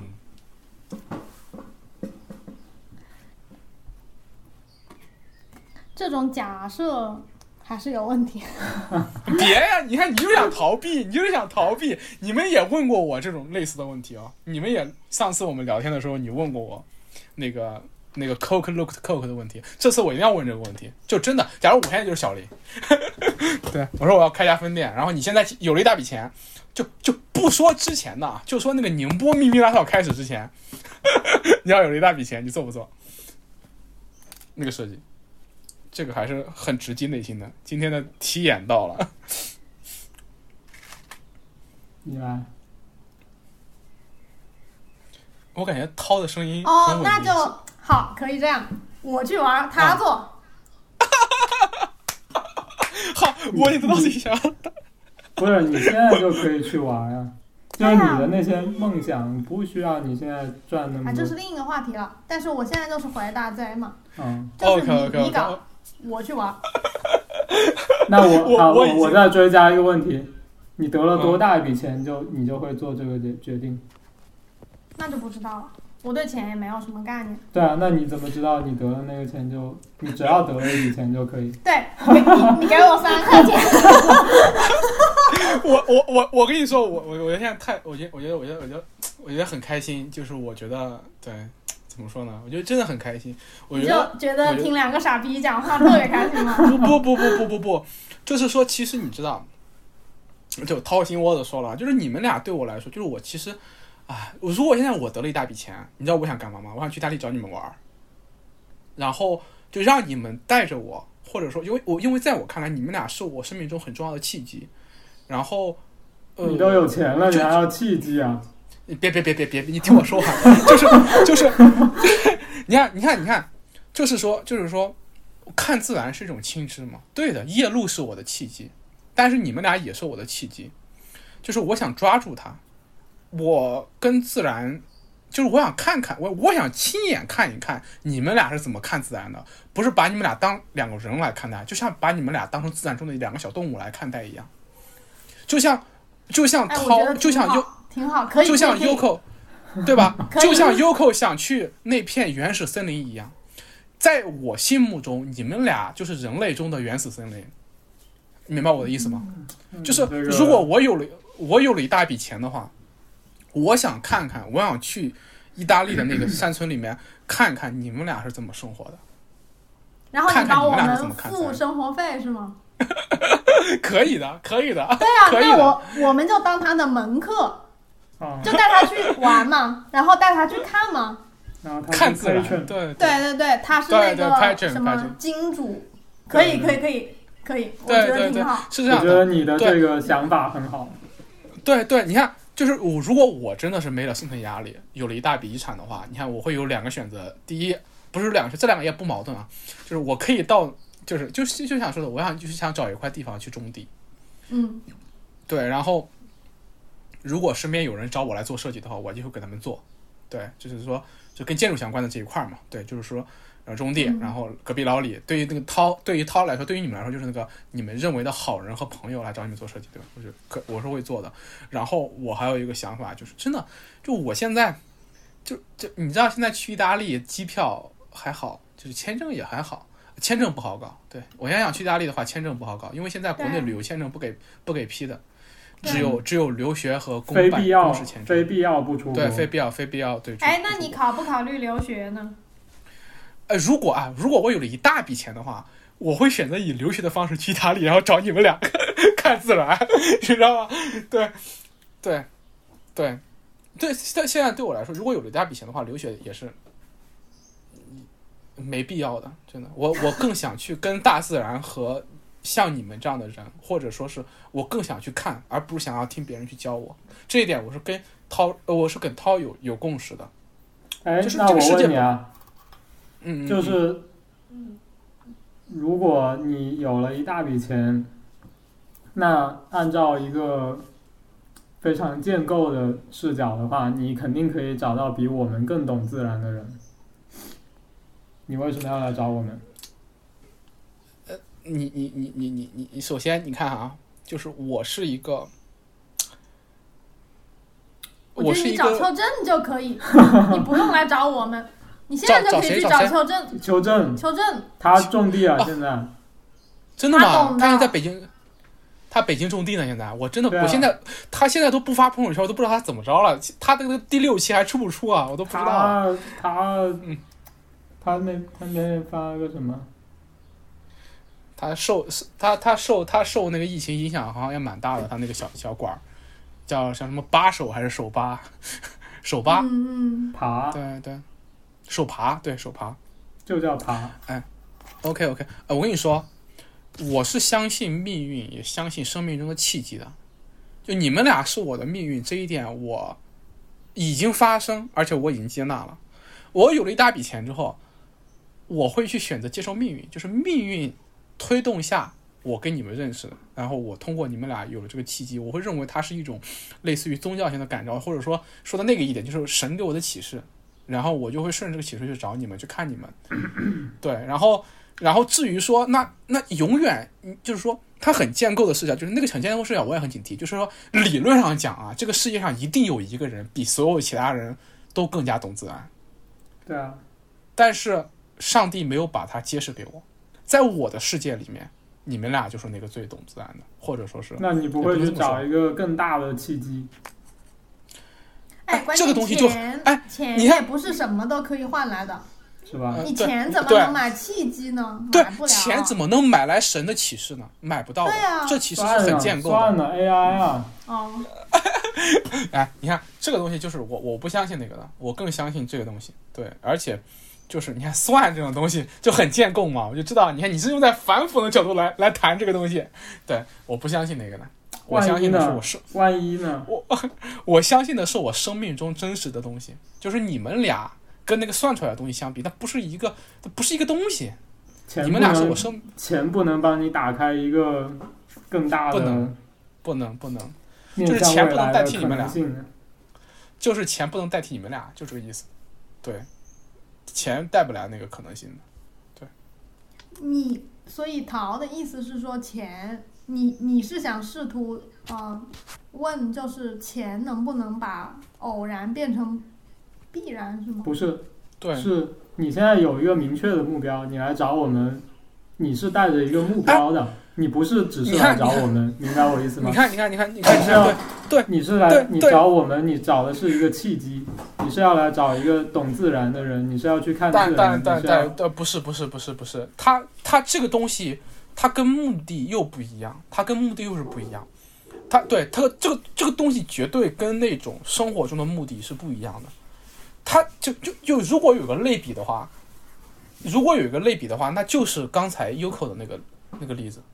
这种假设还是有问题。 别呀，你看你就想逃避，你就是想逃避。你们也问过我这种类似的问题啊、哦，你们也上次我们聊天的时候，你问过我那个那个 Coke looked Coke 的问题，这次我一定要问这个问题。就真的，假如我现在就是小林，对我说我要开家分店，然后你现在有了一大笔钱，就就不说之前的，就说那个宁波秘密大道开始之前，你要有了一大笔钱，你做不做？那个设计。这个还是很直击内心的，今天的题眼到了。 你来。 我感觉涛的声音哦，那就好，可以这样，我去玩，他做。 啊、好，我也知道自己想要的。 不是，你现在就可以去玩呀、啊，就是你的那些梦想不需要你现在赚那么多。 啊，这是另一个话题了。但是我现在就是回答 Z 嘛， 嗯， 就是你 okay, okay, 你搞。我去玩。 那我好， 我我再追加一个问题，你得了多大一笔钱就、嗯、你就会做这个决定？ 那就不知道了，我对钱也没有什么概念。 对啊，那你怎么知道你得了那个钱就你只要得了一笔钱就可以？ 对，你你给我三块钱。 我我我我跟你说，我我我现在太，我觉得我觉得我觉得我觉得我觉得很开心，就是我觉得对。怎么说呢？我觉得真的很开心。我觉得你就觉得听两个傻逼讲话特别开心吗？ 不不不不不不不，就是说，其实你知道，就掏心窝子说了，就是你们俩对我来说，就是我其实，啊，如果现在我得了一大笔钱，你知道我想干嘛吗？我想去意大利找你们玩，然后就让你们带着我，或者说，因为我因为在我看来，你们俩是我生命中很重要的契机。然后，呃， 你都有钱了，你还要契机啊？ 你别别别别别，你听我说完，就是就是，你看你看你看，就是说就是说，看自然是一种轻知嘛，对的，夜路是我的契机，但是你们俩也是我的契机，就是我想抓住它，我跟自然，就是我想看看，我我想亲眼看一看你们俩是怎么看自然的，不是把你们俩当两个人来看待，就像把你们俩当成自然中的两个小动物来看待一样，就像就像涛、哎、就像优。 挺好，可以， 就像 Yoko， 对吧？就像 Yoko 想去那片原始森林一样，在我心目中，你们俩就是人类中的原始森林，明白我的意思吗？ 嗯、 就是如果我有了我有了一大笔钱的话，我想看看，我想去意大利的那个山村里面看看你们俩是怎么生活的， 然后你把我们付生活费是吗？ 可以的，可以的。 对啊，那我我们就当他的门客。就带他去玩嘛，然后带他去看嘛， 然后他看自然， 对对对对，他是那个什么金主，可以可以可以可以，我觉得挺好。 是这样的， 我觉得你的这个想法很好。 对对，你看，就是我如果我真的是没了生存压力，有了一大笔遗产的话，你看我会有两个选择，第一不是两个，这两个也不矛盾啊，就是我可以到，就是就是就想说的，我想就是想找一块地方去种地， 嗯， 对，然后。如果身边有人找我来做设计的话，我就会给他们做，对，就是说就跟建筑相关的这一块嘛，对，就是说然后种地，然后隔壁老李，对于那个涛，对于涛来说，对于你们来说就是那个你们认为的好人和朋友来找你们做设计，对吧？我是可我是会做的。然后我还有一个想法，就是真的，就我现在就就你知道，现在去意大利机票还好，就是签证也还好，签证不好搞。对我现在想去意大利的话，签证不好搞，因为现在国内旅游签证不给不给批的。只有只有留学和公办公式签证， 非必要不出国。 对，非必要，非必要对。 哎，那你考不考虑留学呢？ 呃，如果啊，如果我有了一大笔钱的话，我会选择以留学的方式去意大利，然后找你们两个看自然，你知道吗？对，对，对，对。但现在对我来说，如果有了一大笔钱的话，留学也是没必要的，真的。我我更想去跟大自然和。像你们这样的人，或者说是我更想去看，而不是想要听别人去教我。这一点我是跟涛，我是跟涛有有共识的。 哎， 就是、 那我问你啊， 嗯， 就是，如果你有了一大笔钱，那按照一个非常建构的视角的话，你肯定可以找到比我们更懂自然的人。你为什么要来找我们？ 你你你你你你，首先你看啊，就是我是一个， 我觉得你找邱正就可以，你不用来找我们，你现在就可以去找邱正。 邱正， 邱正， 他种地啊，现在。 真的吗？他现在在北京，他北京种地呢。现在我真的， 啊、 我现在他现在都不发朋友圈，我都不知道他怎么着了。他那个第六期还出不出啊？我都不知道。 他他嗯，他那他那天发了个什么？ 他受他他受他受那个疫情影响，好像也蛮大的。他那个小小馆儿叫像什么八手还是手八？手八， 嗯嗯， 爬， 对对，手爬，对手爬， 就叫爬。 哎 ，OK OK， 呃，我跟你说。我是相信命运，也相信生命中的契机的。就你们俩是我的命运，这一点我已经发生，而且我已经接纳了。我有了一大笔钱之后，我会去选择接受命运，就是命运推动下我跟你们认识的，然后我通过你们俩有了这个契机，我会认为它是一种类似于宗教性的感召，或者说说的那个一点就是神给我的启示，然后我就会顺着这个启示去找你们，去看你们。对，然后。然后至于说那那永远就是说它很建构的视角，就是那个很建构的视角我也很警惕，就是说理论上讲啊，这个世界上一定有一个人比所有其他人都更加懂自然。 对啊， 但是上帝没有把它揭示给我，在我的世界里面，你们俩就是那个最懂自然的，或者说是。 那你不会去找一个更大的契机？ 哎， 这个东西就哎， 钱也不是什么都可以换来的。 是吧？ 你钱怎么能买契机呢？ 对， 买不了。 钱怎么能买来神的启示呢？买不到的。 对啊， 这其实是很建构的。 算了 ，A I 啊。 哦。 哎，你看这个东西，就是我我不相信那个的，我更相信这个东西。对，而且就是你看算这种东西就很建构嘛，我就知道，你看你是用在反腐的角度来来谈这个东西。对，我不相信那个的，我相信的是我生。 万一呢？ 我我相信的是我生命中真实的东西，就是你们俩。跟那个算出来的东西相比，那不是一个，它不是一个东西。你们俩是我生钱不能帮你打开一个更大的， 不能，不能，不能，就是钱不能代替你们俩，就是钱不能代替你们俩，就这个意思。对，钱带不来那个可能性的。对。 你所以陶的意思是说钱，你你是想试图呃问，就是钱能不能把偶然变成必然是吗？ 不是， 对， 是你现在有一个明确的目标，你来找我们，你是带着一个目标的，你不是只是来找我们，明白我意思吗？ 你看，你看，你看，你看， 你是要对， 你是来你找我们，你找的是一个契机，你是要来找一个懂自然的人，你是要去看自然。 但但但但不是不是不是不是，他他这个东西，它跟目的又不一样，它跟目的又是不一样，它对它这个这个东西绝对跟那种生活中的目的是不一样的。它就就就如果有个类比的话，如果有一个类比的话，那就是刚才 Yuko 的那个那个例子。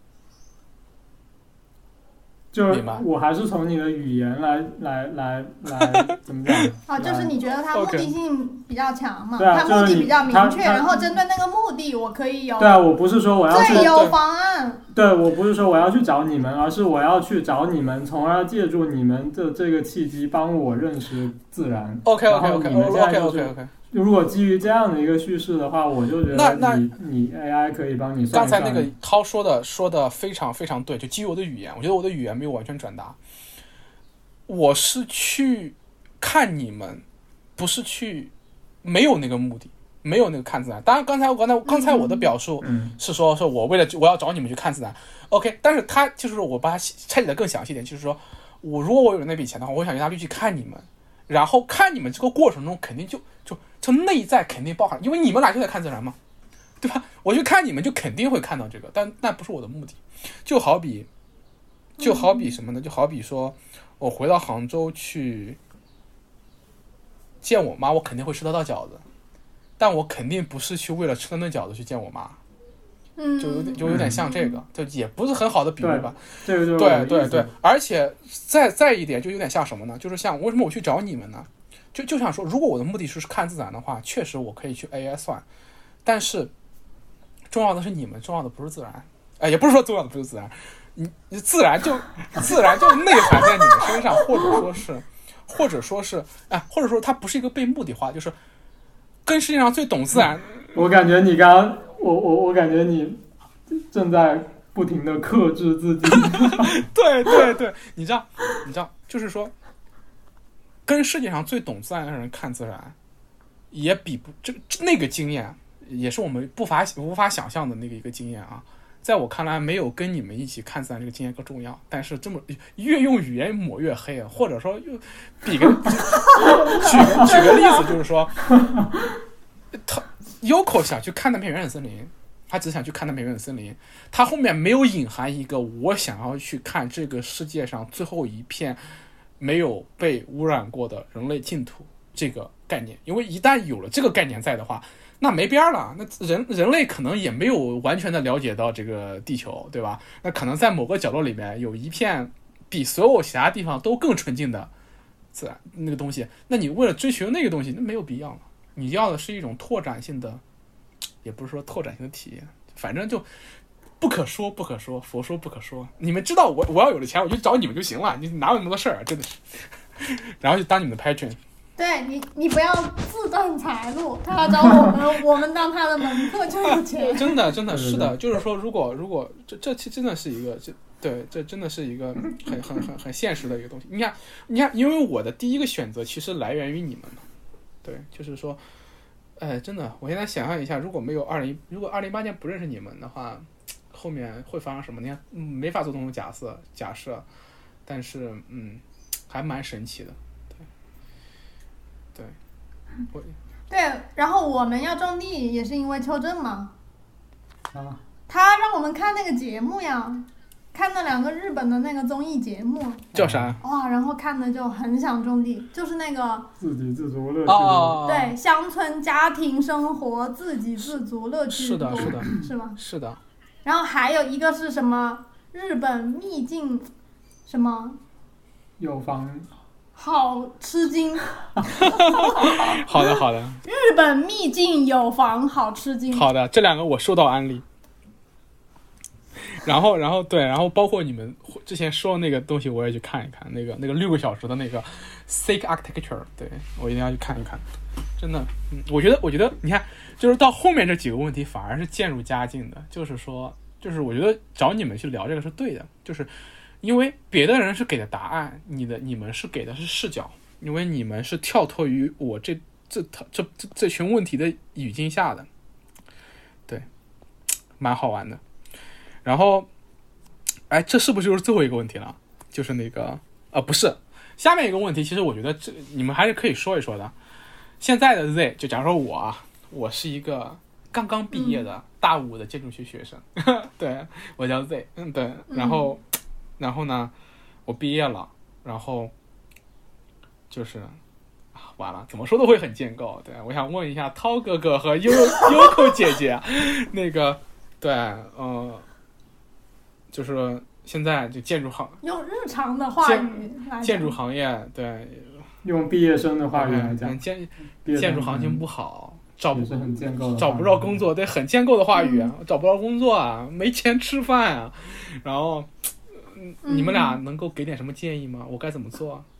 就是我还是从你的语言来来来来怎么讲？ 啊，就是你觉得它目的性比较强嘛？ Okay. 它目的比较明确， 就是、 然后针对那个目的，我可以有。 对啊，我不是说我要去最优方案。 对，我不是说我要去找你们，而是我要去找你们，从而借助你们的这个契机帮我认识自然。 OK OK OK OK OK OK。 如果基于这样的一个叙事的话，我就觉得你你 A I 可以帮你算一算。 刚才那个涛说的说的非常非常对，就基于我的语言，我觉得我的语言没有完全转达。我是去看你们，不是去没有那个目的，没有那个看自然。当然，刚才我刚才刚才我的表述是说，说我为了我要找你们去看自然 ，OK。但是他就是我把它拆解的更详细一点，就是说我如果我有那笔钱的话，我想用它去看你们，然后看你们这个过程中肯定就就就内在肯定包含，因为你们俩就在看自然嘛，对吧？我去看你们就肯定会看到这个，但那不是我的目的。就好比就好比什么呢？就好比说我回到杭州去见我妈，我肯定会吃得到饺子，但我肯定不是去为了吃那顿饺子去见我妈。 嗯， 就有点就有点像这个，就也不是很好的比喻吧。 对，这个对对对，而且再再一点就有点像什么呢？就是像为什么我去找你们呢？就就想说，如果我的目的是看自然的话，确实我可以去 A I 算，但是重要的是你们，重要的不是自然，哎，也不是说重要的不是自然，你自然就自然就内含在你们身上，或者说是，或者说是，哎，或者说它不是一个被目的化，就是跟世界上最懂自然。 我感觉你刚刚，我我我感觉你正在不停的克制自己。 对对对，你知道，你知道，就是说。 跟世界上最懂自然的人看自然，也比不这那个经验，也是我们不法无法想象的那个一个经验啊。在我看来，没有跟你们一起看自然这个经验更重要。但是这么越用语言抹越黑啊，或者说又比个举个举个例子，就是说，他 Yoko 想去看那片原始森林，他只想去看那片原始森林，他后面没有隐含一个我想要去看这个世界上最后一片没有被污染过的人类净土这个概念，因为一旦有了这个概念在的话，那没边了，那人人类可能也没有完全的了解到这个地球，对吧？那可能在某个角落里面有一片比所有其他地方都更纯净的自然那个东西，那你为了追求那个东西，那没有必要了。你要的是一种拓展性的，也不是说拓展性的体验，反正就不可说不可说，佛说不可说。你们知道我我要有了钱，我就找你们就行了，你哪有那么多事儿、啊，真的是。然后就当你们的 patron。 对你，你不要自断财路，他要找我们，我们当他的门客就有钱。 真的，真的是的，就是说，如果如果这这期真的是一个，这对这真的是一个很很很很现实的一个东西。你看，你看，因为我的第一个选择其实来源于你们嘛，对，就是说，哎，真的，我现在想象一下，如果没有二零，如果二零一八年不认识你们的话，后面会发生什么？你看，嗯，没法做这种假设假设，但是嗯，还蛮神奇的。对， 对，然后我们要种地也是因为邱正嘛， 啊， 他让我们看那个节目呀，看那两个日本的那个综艺节目， 叫啥？ 哇，然后看的就很想种地，就是那个自给自足乐趣哦， 对，乡村家庭生活自给自足乐趣是的，是的， 是吗？ 是的。 然后还有一个是什么？日本秘境什么？ 有房。 好吃惊！ 好的，好的。 日本秘境有房，好吃惊。 好的，这两个我收到安利。然后，然后对，然后包括你们之前说的那个东西，我也去看一看。那个那个六个小时的那个 Sick Architecture， 对我一定要去看一看。真的，嗯，我觉得，我觉得，你看，就是到后面这几个问题反而是渐入佳境的。就是说，就是我觉得找你们去聊这个是对的，就是。因为别的人是给的答案，你的你们是给的是视角，因为你们是跳脱于我这这这这这群问题的语境下的，对，蛮好玩的。然后，哎，这是不是就是最后一个问题了？就是那个呃，不是，下面一个问题，其实我觉得这你们还是可以说一说的。现在的 Z， 就假如说我啊，我是一个刚刚毕业的大五的建筑学学生，嗯、对我叫 Z， 嗯，对，然后。嗯然后呢，我毕业了，然后就是完了，怎么说都会很建构。对，我想问一下涛哥哥和优优扣姐姐，那个对，呃，就是现在就建筑行用日常的话语来建筑行业，对， 用毕业生的话语来讲， 建建筑行情不好。找不很建构的找不着工作，对，很建构的话语啊，嗯、找不着工作啊，没钱吃饭啊，然后。你们俩能够给点什么建议吗？我该怎么做、啊？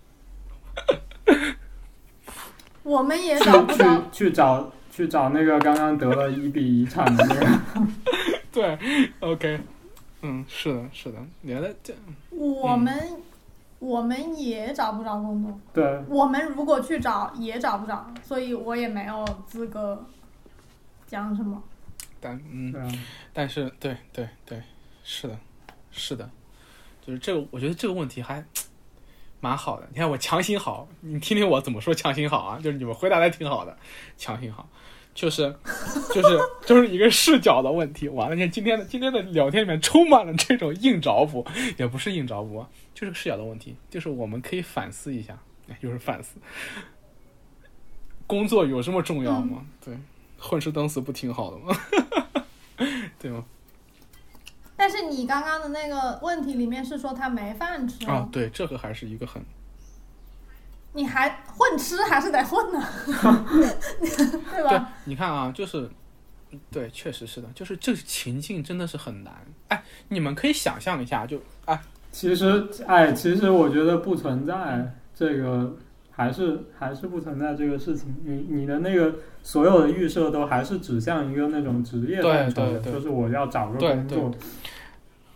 我们也找不到。 去去找去找那个刚刚得了一笔遗产的那个。 对 ，OK， 嗯，是的，是的，你来这。 我们、嗯、我们也找不着工作。 对。 我们如果去找也找不着，所以我也没有资格讲什么。 但嗯，但是对对对，是的，是的。就是这个，我觉得这个问题还蛮好的。你看我强行好，你听听我怎么说强行好啊？就是你们回答的挺好的，强行好，就是就是就是一个视角的问题。完了，你看今天的今天的聊天里面充满了这种硬着补，也不是硬着补，就是个视角的问题。就是我们可以反思一下，又是反思，工作有这么重要吗？嗯、对，混吃等死不挺好的吗？对吗？ 但是你刚刚的那个问题里面是说他没饭吃啊，对，这个还是一个很， 你还混吃还是得混呢，对吧？ 对，你看啊，就是，对，确实是的，就是这个情境真的是很难。哎，你们可以想象一下，就哎， 其实哎，其实我觉得不存在这个，还是还是不存在这个事情。你你的那个所有的预设都还是指向一个那种职业范畴的，就是我要找个工作。 对对对，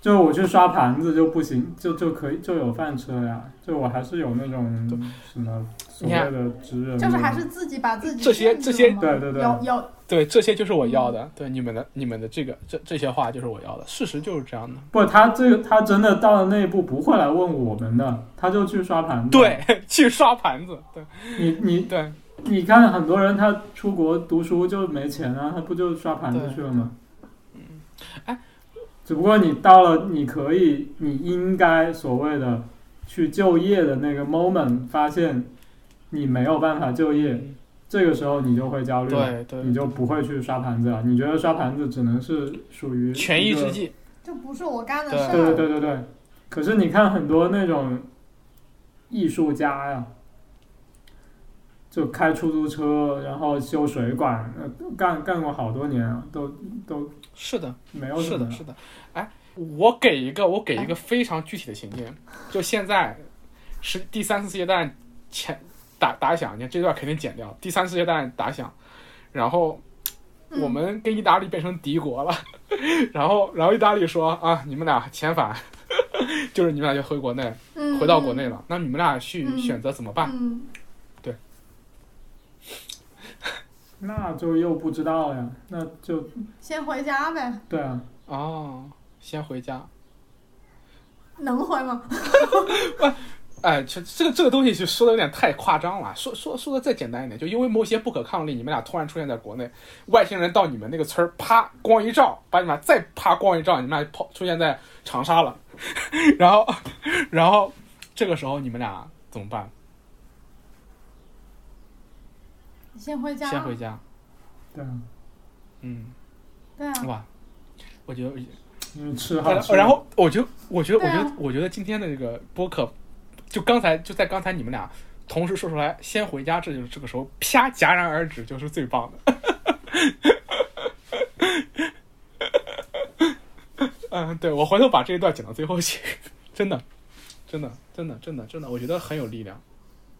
就我去刷盘子就不行，就就可以就有饭吃了呀。就我还是有那种什么所谓的职人， 就是还是自己把自己这些这些对对对有有对这些就是我要的，嗯、对你们的你们的这个这这些话就是我要的，事实就是这样的。 不，他这个他真的到了那一步不会来问我们的，他就去刷盘子。 对，去刷盘子。对， 你你对， 你看很多人他出国读书就没钱啊，他不就刷盘子去了吗？ 嗯，哎。 只不过你到了你可以你应该所谓的去就业的那个 moment， 发现你没有办法就业，这个时候你就会焦虑， 对对， 你就不会去刷盘子了。你觉得刷盘子只能是属于权宜之计， 就不是我干的事儿。 对对对对对。可是你看很多那种艺术家呀，就开出租车，然后修水管，呃，干干过好多年啊，都都是的， 没有是的，是的。哎，我给一个，我给一个非常具体的情境，就现在是第三次世界大战前打打响，你看这段肯定剪掉。第三次世界大战打响，然后我们跟意大利变成敌国了，嗯、然后然后意大利说啊，你们俩遣返，就是你们俩就回国内， 嗯、 回到国内了，那你们俩去选择怎么办？ 嗯嗯对。 那就又不知道呀，那就先回家呗。 对啊。 哦，先回家。 能回吗？ 哎，这这个这个东西就说的有点太夸张了。说说说的再简单一点，就因为某些不可抗力，你们俩突然出现在国内，外星人到你们那个村儿，啪光一照，把你们俩再啪光一照，你们俩跑出现在长沙了。然后然后这个时候你们俩怎么办？ 先回家。 先回家。 对啊。 嗯。 对啊。 哇，我觉得。 嗯，吃好吃。 然后我觉得，我觉得，我觉得，我觉得今天的这个播客，就刚才就在刚才你们俩同时说出来“先回家”，这就是这个时候啪戛然而止，就是最棒的。嗯，对，我回头把这一段剪到最后去，真的，真的，真的，真的，真的，我觉得很有力量，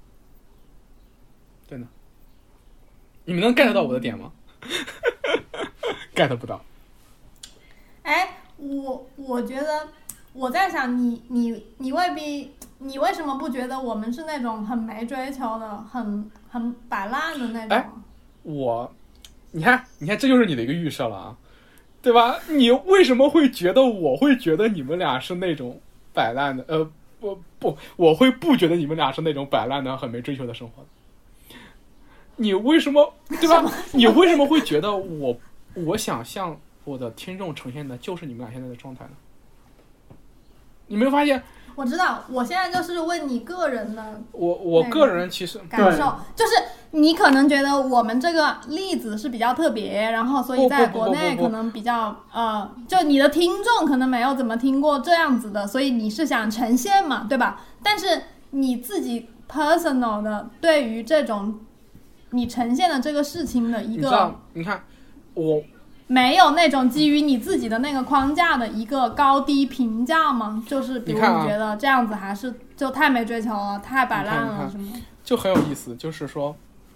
真的。你们能 get 到我的点吗？get 不到。 哎，我我觉得我在想你你你未必，你为什么不觉得我们是那种很没追求的，很很摆烂的那种？ 哎，我，你看，你看，这就是你的一个预设了啊，对吧？你为什么会觉得我会觉得你们俩是那种摆烂的？呃，不不，我会不觉得你们俩是那种摆烂的、很没追求的生活的。你为什么，对吧？你为什么会觉得我我想向我的听众呈现的就是你们俩现在的状态呢？你没有发现？ 我知道，我现在就是问你个人的， 我我个人其实感受，就是你可能觉得我们这个例子是比较特别，然后所以在国内可能比较呃，就你的听众可能没有怎么听过这样子的，所以你是想呈现嘛，对吧？但是你自己 personal 的对于这种你呈现的这个事情的一个， 你知道，你看我。 没有那种基于你自己的那个框架的一个高低评价吗？就是比如你觉得这样子还是就太没追求了，太摆烂了什么？ 就很有意思，就是说，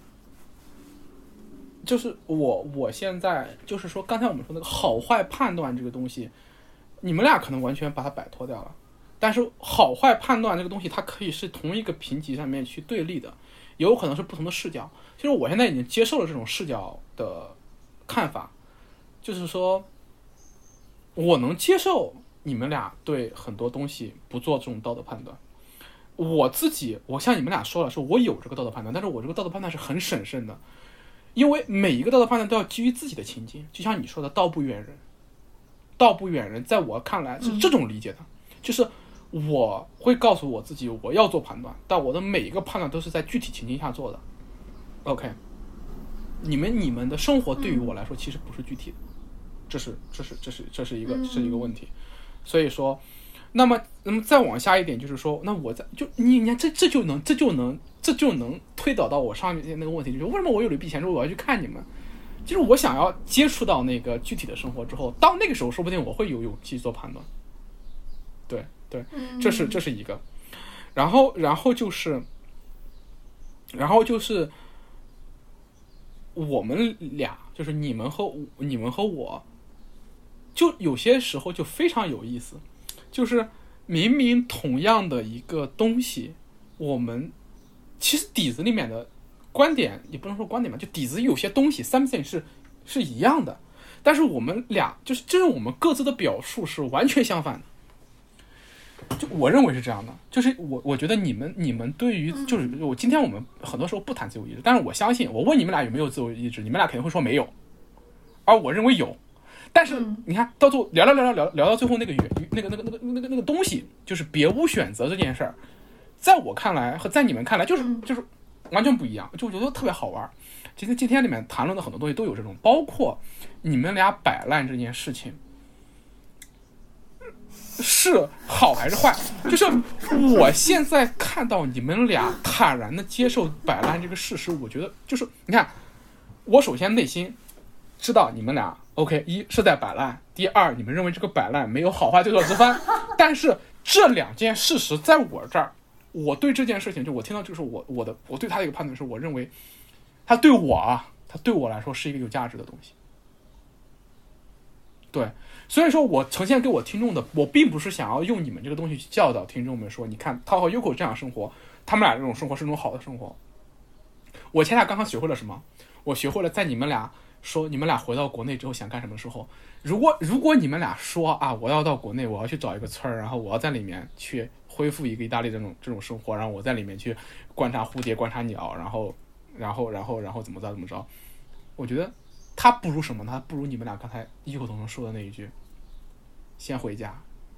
就是我我现在就是说，刚才我们说那个好坏判断这个东西，你们俩可能完全把它摆脱掉了，但是好坏判断这个东西，它可以是同一个评级上面去对立的，也有可能是不同的视角。其实我现在已经接受了这种视角的看法。就是说，我能接受你们俩对很多东西不做这种道德判断。我自己，我像你们俩说了，说我有这个道德判断，但是我这个道德判断是很审慎的，因为每一个道德判断都要基于自己的情境。就像你说的，道不远人，道不远人，在我看来是这种理解的，嗯、就是我会告诉我自己我要做判断，但我的每一个判断都是在具体情境下做的。OK， 你们你们的生活对于我来说其实不是具体的。这是这是这是这是一个这是一个问题，所以说，那么那么再往下一点就是说，那我在就你你看这这就能这就能这就能推导到我上面那个问题，就是为什么我有了一笔钱之后我要去看你们？就是我想要接触到那个具体的生活之后，到那个时候说不定我会有勇气做判断。对对，这是这是一个，然后然后就是然后就是我们俩就是你们和你们和我。就有些时候就非常有意思， 就是明明同样的一个东西，我们其实底子里面的观点也不能说观点吧，就底子有些东西 something 是是一样的，但是我们俩就是这是我们各自的表述是完全相反的。就我认为是这样的，就是我我觉得你们你们对于就是我今天我们很多时候不谈自由意志，但是我相信我问你们俩有没有自由意志，你们俩肯定会说没有，而我认为有。但是你看到最后聊聊聊聊聊到最后那个原那个那个那个那个那个东西，就是别无选择这件事儿，在我看来和在你们看来就是就是完全不一样，就我觉得特别好玩。其实今天里面谈论的很多东西都有这种，包括你们俩摆烂这件事情。是好还是坏？就是我现在看到你们俩坦然的接受摆烂这个事实，我觉得就是你看，我首先内心知道你们俩 OK， 一是在摆烂，第二你们认为这个摆烂没有好坏对错之分，但是这两件事实在我这儿，我对这件事情就我听到就是我我的我对他的一个判断是，我认为他对我啊，他对我来说是一个有价值的东西。对，所以说我呈现给我听众的，我并不是想要用你们这个东西去教导听众们说，你看他和 Yuko 这样生活，他们俩这种生活是一种好的生活。我前俩刚刚学会了什么？我学会了在你们俩说你们俩回到国内之后想干什么的时候，如果如果你们俩说啊，我要到国内，我要去找一个村儿，然后我要在里面去恢复一个意大利这种这种生活，然后我在里面去观察蝴蝶、观察鸟，然后然后然后然后怎么着怎么着，我觉得。他不如什么呢？他不如你们俩刚才异口同声说的那一句先回家，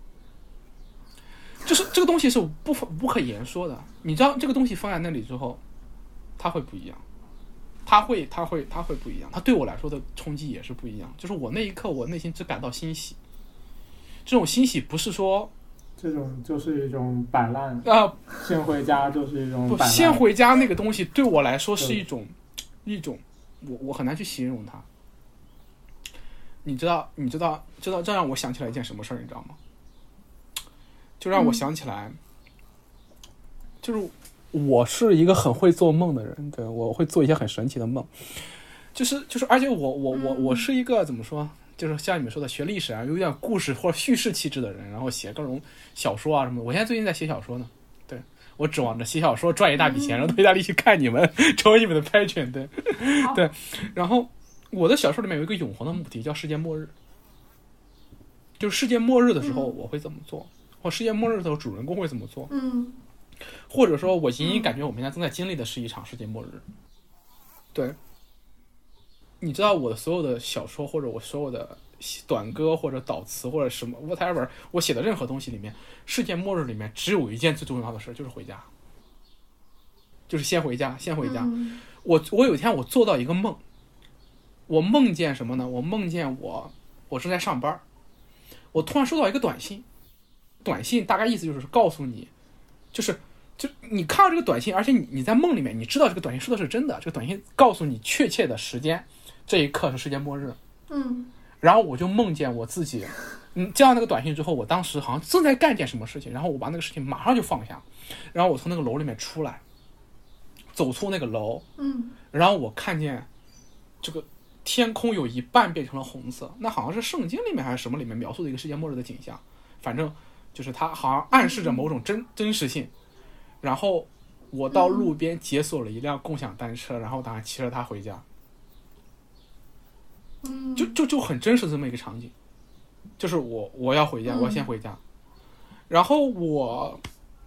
就是这个东西是不不可言说的。你知道这个东西放在那里之后它会不一样，它会它会它会不一样，它对我来说的冲击也是不一样。就是我那一刻我内心只感到欣喜，这种欣喜不是说这种就是一种摆烂啊、呃， 先回家就是一种摆烂， 先回家那个东西对我来说是一种一种我我很难去形容它。你知道，你知道，知道，这让我想起来一件什么事儿，你知道吗？就让我想起来，嗯、就是我是一个很会做梦的人，对，我会做一些很神奇的梦，就是就是，而且我我我我是一个怎么说，就是像你们说的学历史啊，有点故事或者叙事气质的人，然后写各种小说啊什么的。我现在最近在写小说呢，对，我指望着写小说赚一大笔钱，然后到意大利去看你们，成为你们的拍犬，对，对，然后。我的小说里面有一个永恒的目的，叫世界末日。就是世界末日的时候我会怎么做，嗯、或世界末日的时候主人公会怎么做， 嗯， 或者说我隐隐感觉我们现在正在经历的是一场世界末日。对，你知道我的所有的小说或者我所有的短歌或者导词或者什么 whatever， 我写的任何东西里面，世界末日里面只有一件最重要的事，就是回家，就是先回家，先回家。 嗯、 我我有一天我做到一个梦。我梦见什么呢？我梦见我我正在上班，我突然收到一个短信，短信大概意思就是告诉你，就是就你看到这个短信，而且你你在梦里面你知道这个短信说的是真的，这个短信告诉你确切的时间，这一刻是世界末日。 嗯， 然后我就梦见我自己，嗯，接到那个短信之后，我当时好像正在干件什么事情，然后我把那个事情马上就放下，然后我从那个楼里面出来，走出那个楼， 嗯， 然后我看见这个。天空有一半变成了红色，那好像是圣经里面还是什么里面描述的一个世界末日的景象，反正就是它好像暗示着某种真真实性。然后我到路边解锁了一辆共享单车，然后打算骑着它回家，就就就很真实的这么一个场景，就是我我要回家，我要先回家。然后我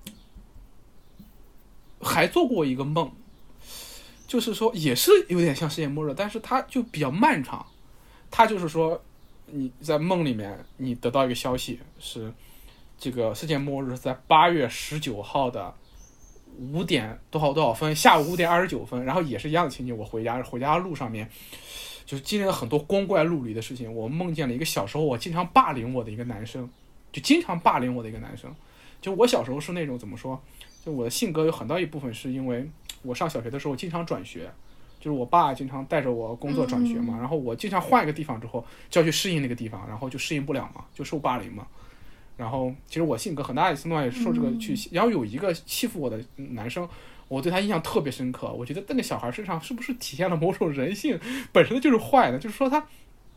还做过一个梦。就是说也是有点像世界末日，但是它就比较漫长。它就是说你在梦里面你得到一个消息，是这个世界末日在八月十九号的五点多少多少分，下午五点二十九分，然后也是一样的情景。我回家回家的路上面就是经历了很多光怪陆离的事情。我梦见了一个小时候我经常霸凌我的一个男生，就经常霸凌我的一个男生。就我小时候是那种怎么说，就我的性格有很大一部分是因为我上小学的时候经常转学，就是我爸经常带着我工作转学嘛，然后我经常换一个地方之后就要去适应那个地方，然后就适应不了嘛，就受霸凌嘛。然后其实我性格很大一程度上也受这个去，然后有一个欺负我的男生，我对他印象特别深刻。我觉得那个小孩身上是不是体现了某种人性本身就是坏的，就是说他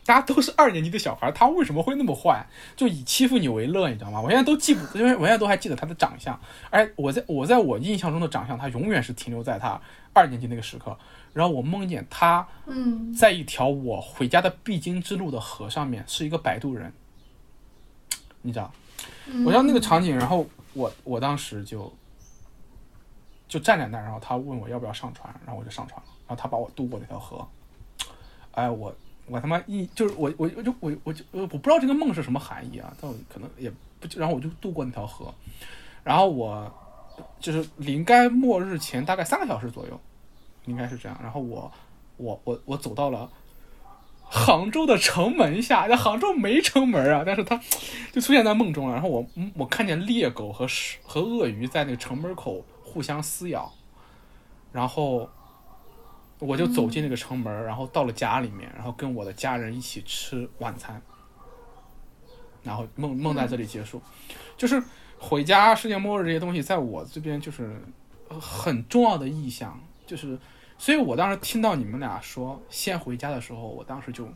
大家都是二年级的小孩，他为什么会那么坏？就以欺负你为乐，你知道吗？我现在都记不，因为我现在都还记得他的长相，而我在我在我印象中的长相，他永远是停留在他二年级那个时刻。然后我梦见他， 嗯， 在一条我回家的必经之路的河上面，是一个摆渡人，你知道？我知道那个场景，然后我我当时就就站在那儿，然后他问我要不要上船，然后我就上船了，然后他把我渡过那条河，哎，我我他妈一就是我我我就我我就我不知道这个梦是什么含义啊，但我可能也不，然后我就渡过那条河，然后我就是临该末日前大概三个小时左右，应该是这样，然后我我我我走到了杭州的城门下，那杭州没城门啊，但是它就出现在梦中了。然后我我看见猎狗和和鳄鱼在那个城门口互相撕咬，然后我就走进那个城门，然后到了家里面，然后跟我的家人一起吃晚餐，然后梦梦在这里结束。就是回家、世界末日这些东西，在我这边就是很重要的意象，就是。所以我当时听到你们俩说先回家的时候，我当时就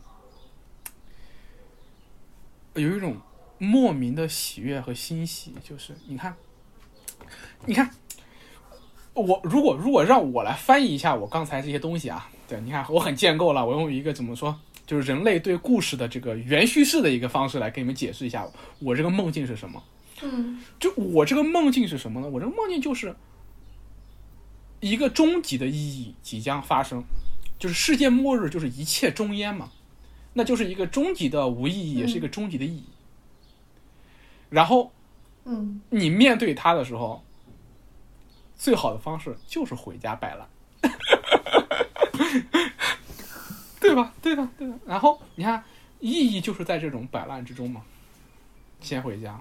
有一种莫名的喜悦和欣喜，就是你看你看我如果如果让我来翻译一下我刚才这些东西啊，对，你看我很建构了，我用一个怎么说，就是人类对故事的这个原叙事的一个方式来给你们解释一下我这个梦境是什么。 嗯， 就我这个梦境是什么呢？我这个梦境就是一个终极的意义即将发生，就是世界末日，就是一切终焉嘛，那就是一个终极的无意义，也是一个终极的意义。然后， 嗯， 你面对它的时候，最好的方式就是回家摆烂，对吧？对吧？对吧？然后你看，意义就是在这种摆烂之中嘛。先回家。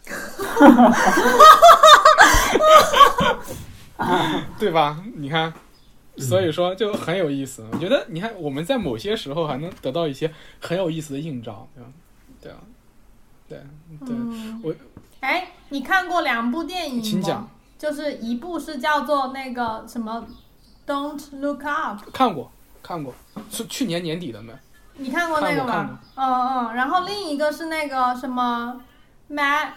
对吧？你看，所以说就很有意思。我觉得，你看我们在某些时候还能得到一些很有意思的映照，对吧？对啊，对对， 嗯、 我哎，你看过两部电影吗？ 请讲。 就是一部是叫做那个什么 ，Don't Look Up。 看过，看过，是去年年底的没？ 你看过那个吗？嗯嗯。然后另一个是那个什么 ，Mel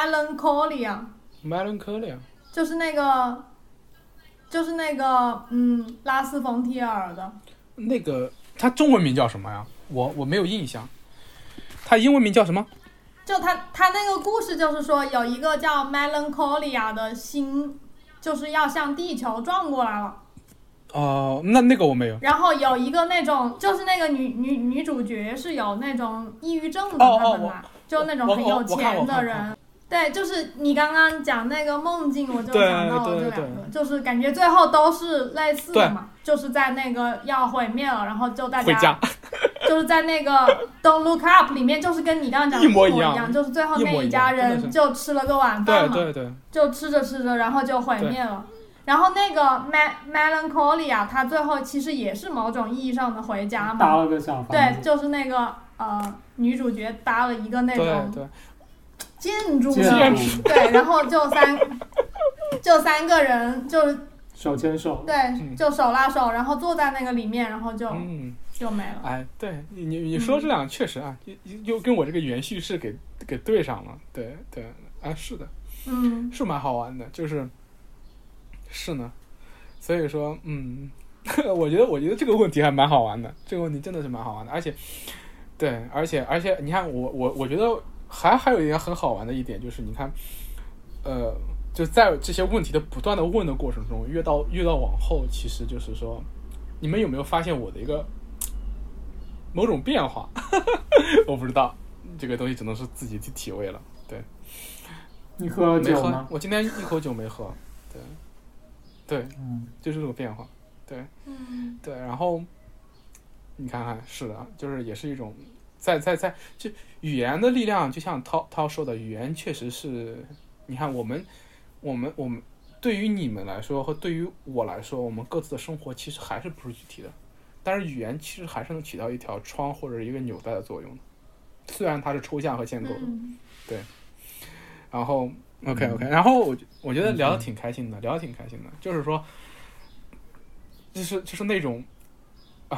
Melancholia。Melancholia。就是那个。就是那个，嗯，拉斯冯提尔的那个，他中文名叫什么呀？我我没有印象。他英文名叫什么？ 就他他那个故事就是说，有一个叫 Melancholia 的星，就是要向地球撞过来了。 哦、呃，那那个我没有。 然后有一个那种，就是那个女女女主角是有那种抑郁症的， 哦、 她本来就那种很有钱的人。对，就是你刚刚讲那个梦境，我就想到了这两个，就是感觉最后都是类似的嘛，就是在那个要毁灭了，然后就大家就是在那个 Don't Look Up 里面，就是跟你刚刚讲的一模一样，就是最后那一家人就吃了个晚饭嘛， 对对对， 就吃着吃着，然后就毁灭了。然后那个 Melancholia， 它最后其实也是某种意义上的回家嘛， 搭了个小房子， 对，就是那个呃女主角搭了一个那种。 对对建筑的，对，然后就三，就三个人就手牵手， 对，就手拉手，然后坐在那个里面，然后就嗯就没了。 哎，对你你说这两个确实啊，又、嗯、又跟我这个原叙事给给对上了，对对，啊是的， 嗯， 是蛮好玩的，就是是呢，所以说嗯，我觉得我觉得这个问题还蛮好玩的，这个问题真的是蛮好玩的，而且对，而且而且你看我我我觉得。还还有一点很好玩的一点就是，你看，呃，就在这些问题的不断的问的过程中，越到越到往后，其实就是说，你们有没有发现我的一个某种变化？我不知道，这个东西只能是自己去体会了。对， 你喝酒吗？ 没喝，我今天一口酒没喝。对，对， 嗯， 就是这个变化。对， 嗯， 对，然后你看看，是的，就是也是一种。在在在，就语言的力量，就像涛涛说的，语言确实是，你看我们，我们我们对于你们来说和对于我来说，我们各自的生活其实还是不是具体的，但是语言其实还是能起到一条窗或者一个纽带的作用的，虽然它是抽象和建构的， 嗯、 对。然后 OK OK， 然后我我觉得聊得挺开心的，聊得挺开心的，就是说，就是就是那种，啊。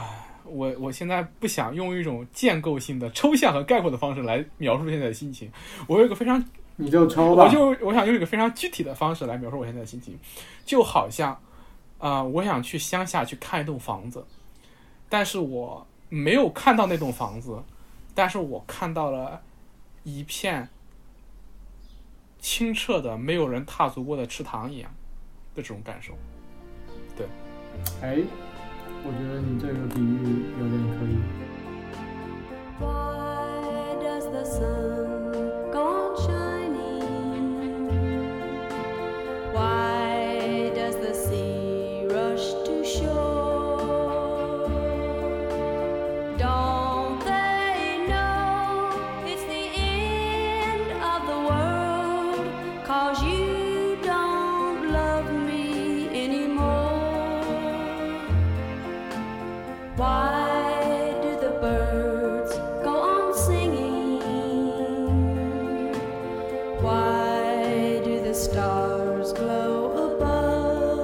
我我现在不想用一种建构性的抽象和概括的方式来描述现在的心情，我有一个非常你就抽吧， 我就我想用一个非常具体的方式来描述我现在的心情，就好像啊、呃，我想去乡下去看一栋房子，但是我没有看到那栋房子，但是我看到了一片清澈的没有人踏足过的池塘一样的这种感受。对， 哎，我觉得你这个比喻有点可以。 Why does the sun go on shining? Why does the sea rush to shore? Don't they know it's the end of the world? 'Cause you don't love me anymore. Why do the birds go on singing? Why do the stars glow above?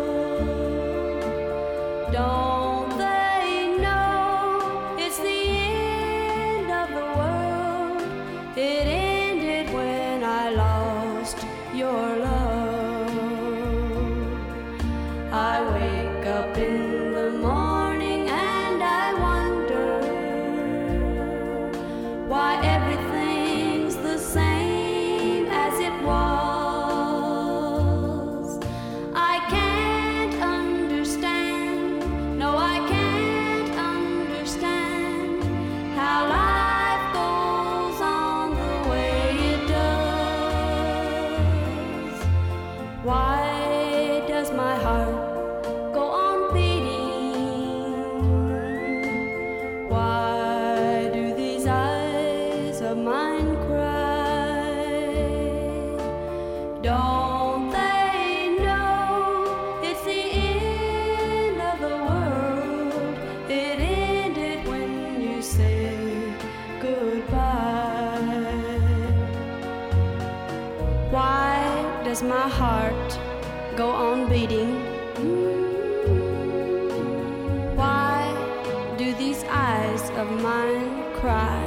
Don't they know it's the end of the world? It ended when I lost your love. I wake up in the morning and I wonder why everything's the same as it was. I can't understand, no I can't understand how life goes on the way it does. Why does my heart go on beating? Why do these eyes of mine cry? Don't they know it's the end of the world? It ended when you said goodbye. Why does my heart go on beating? Why do these eyes of mine cry?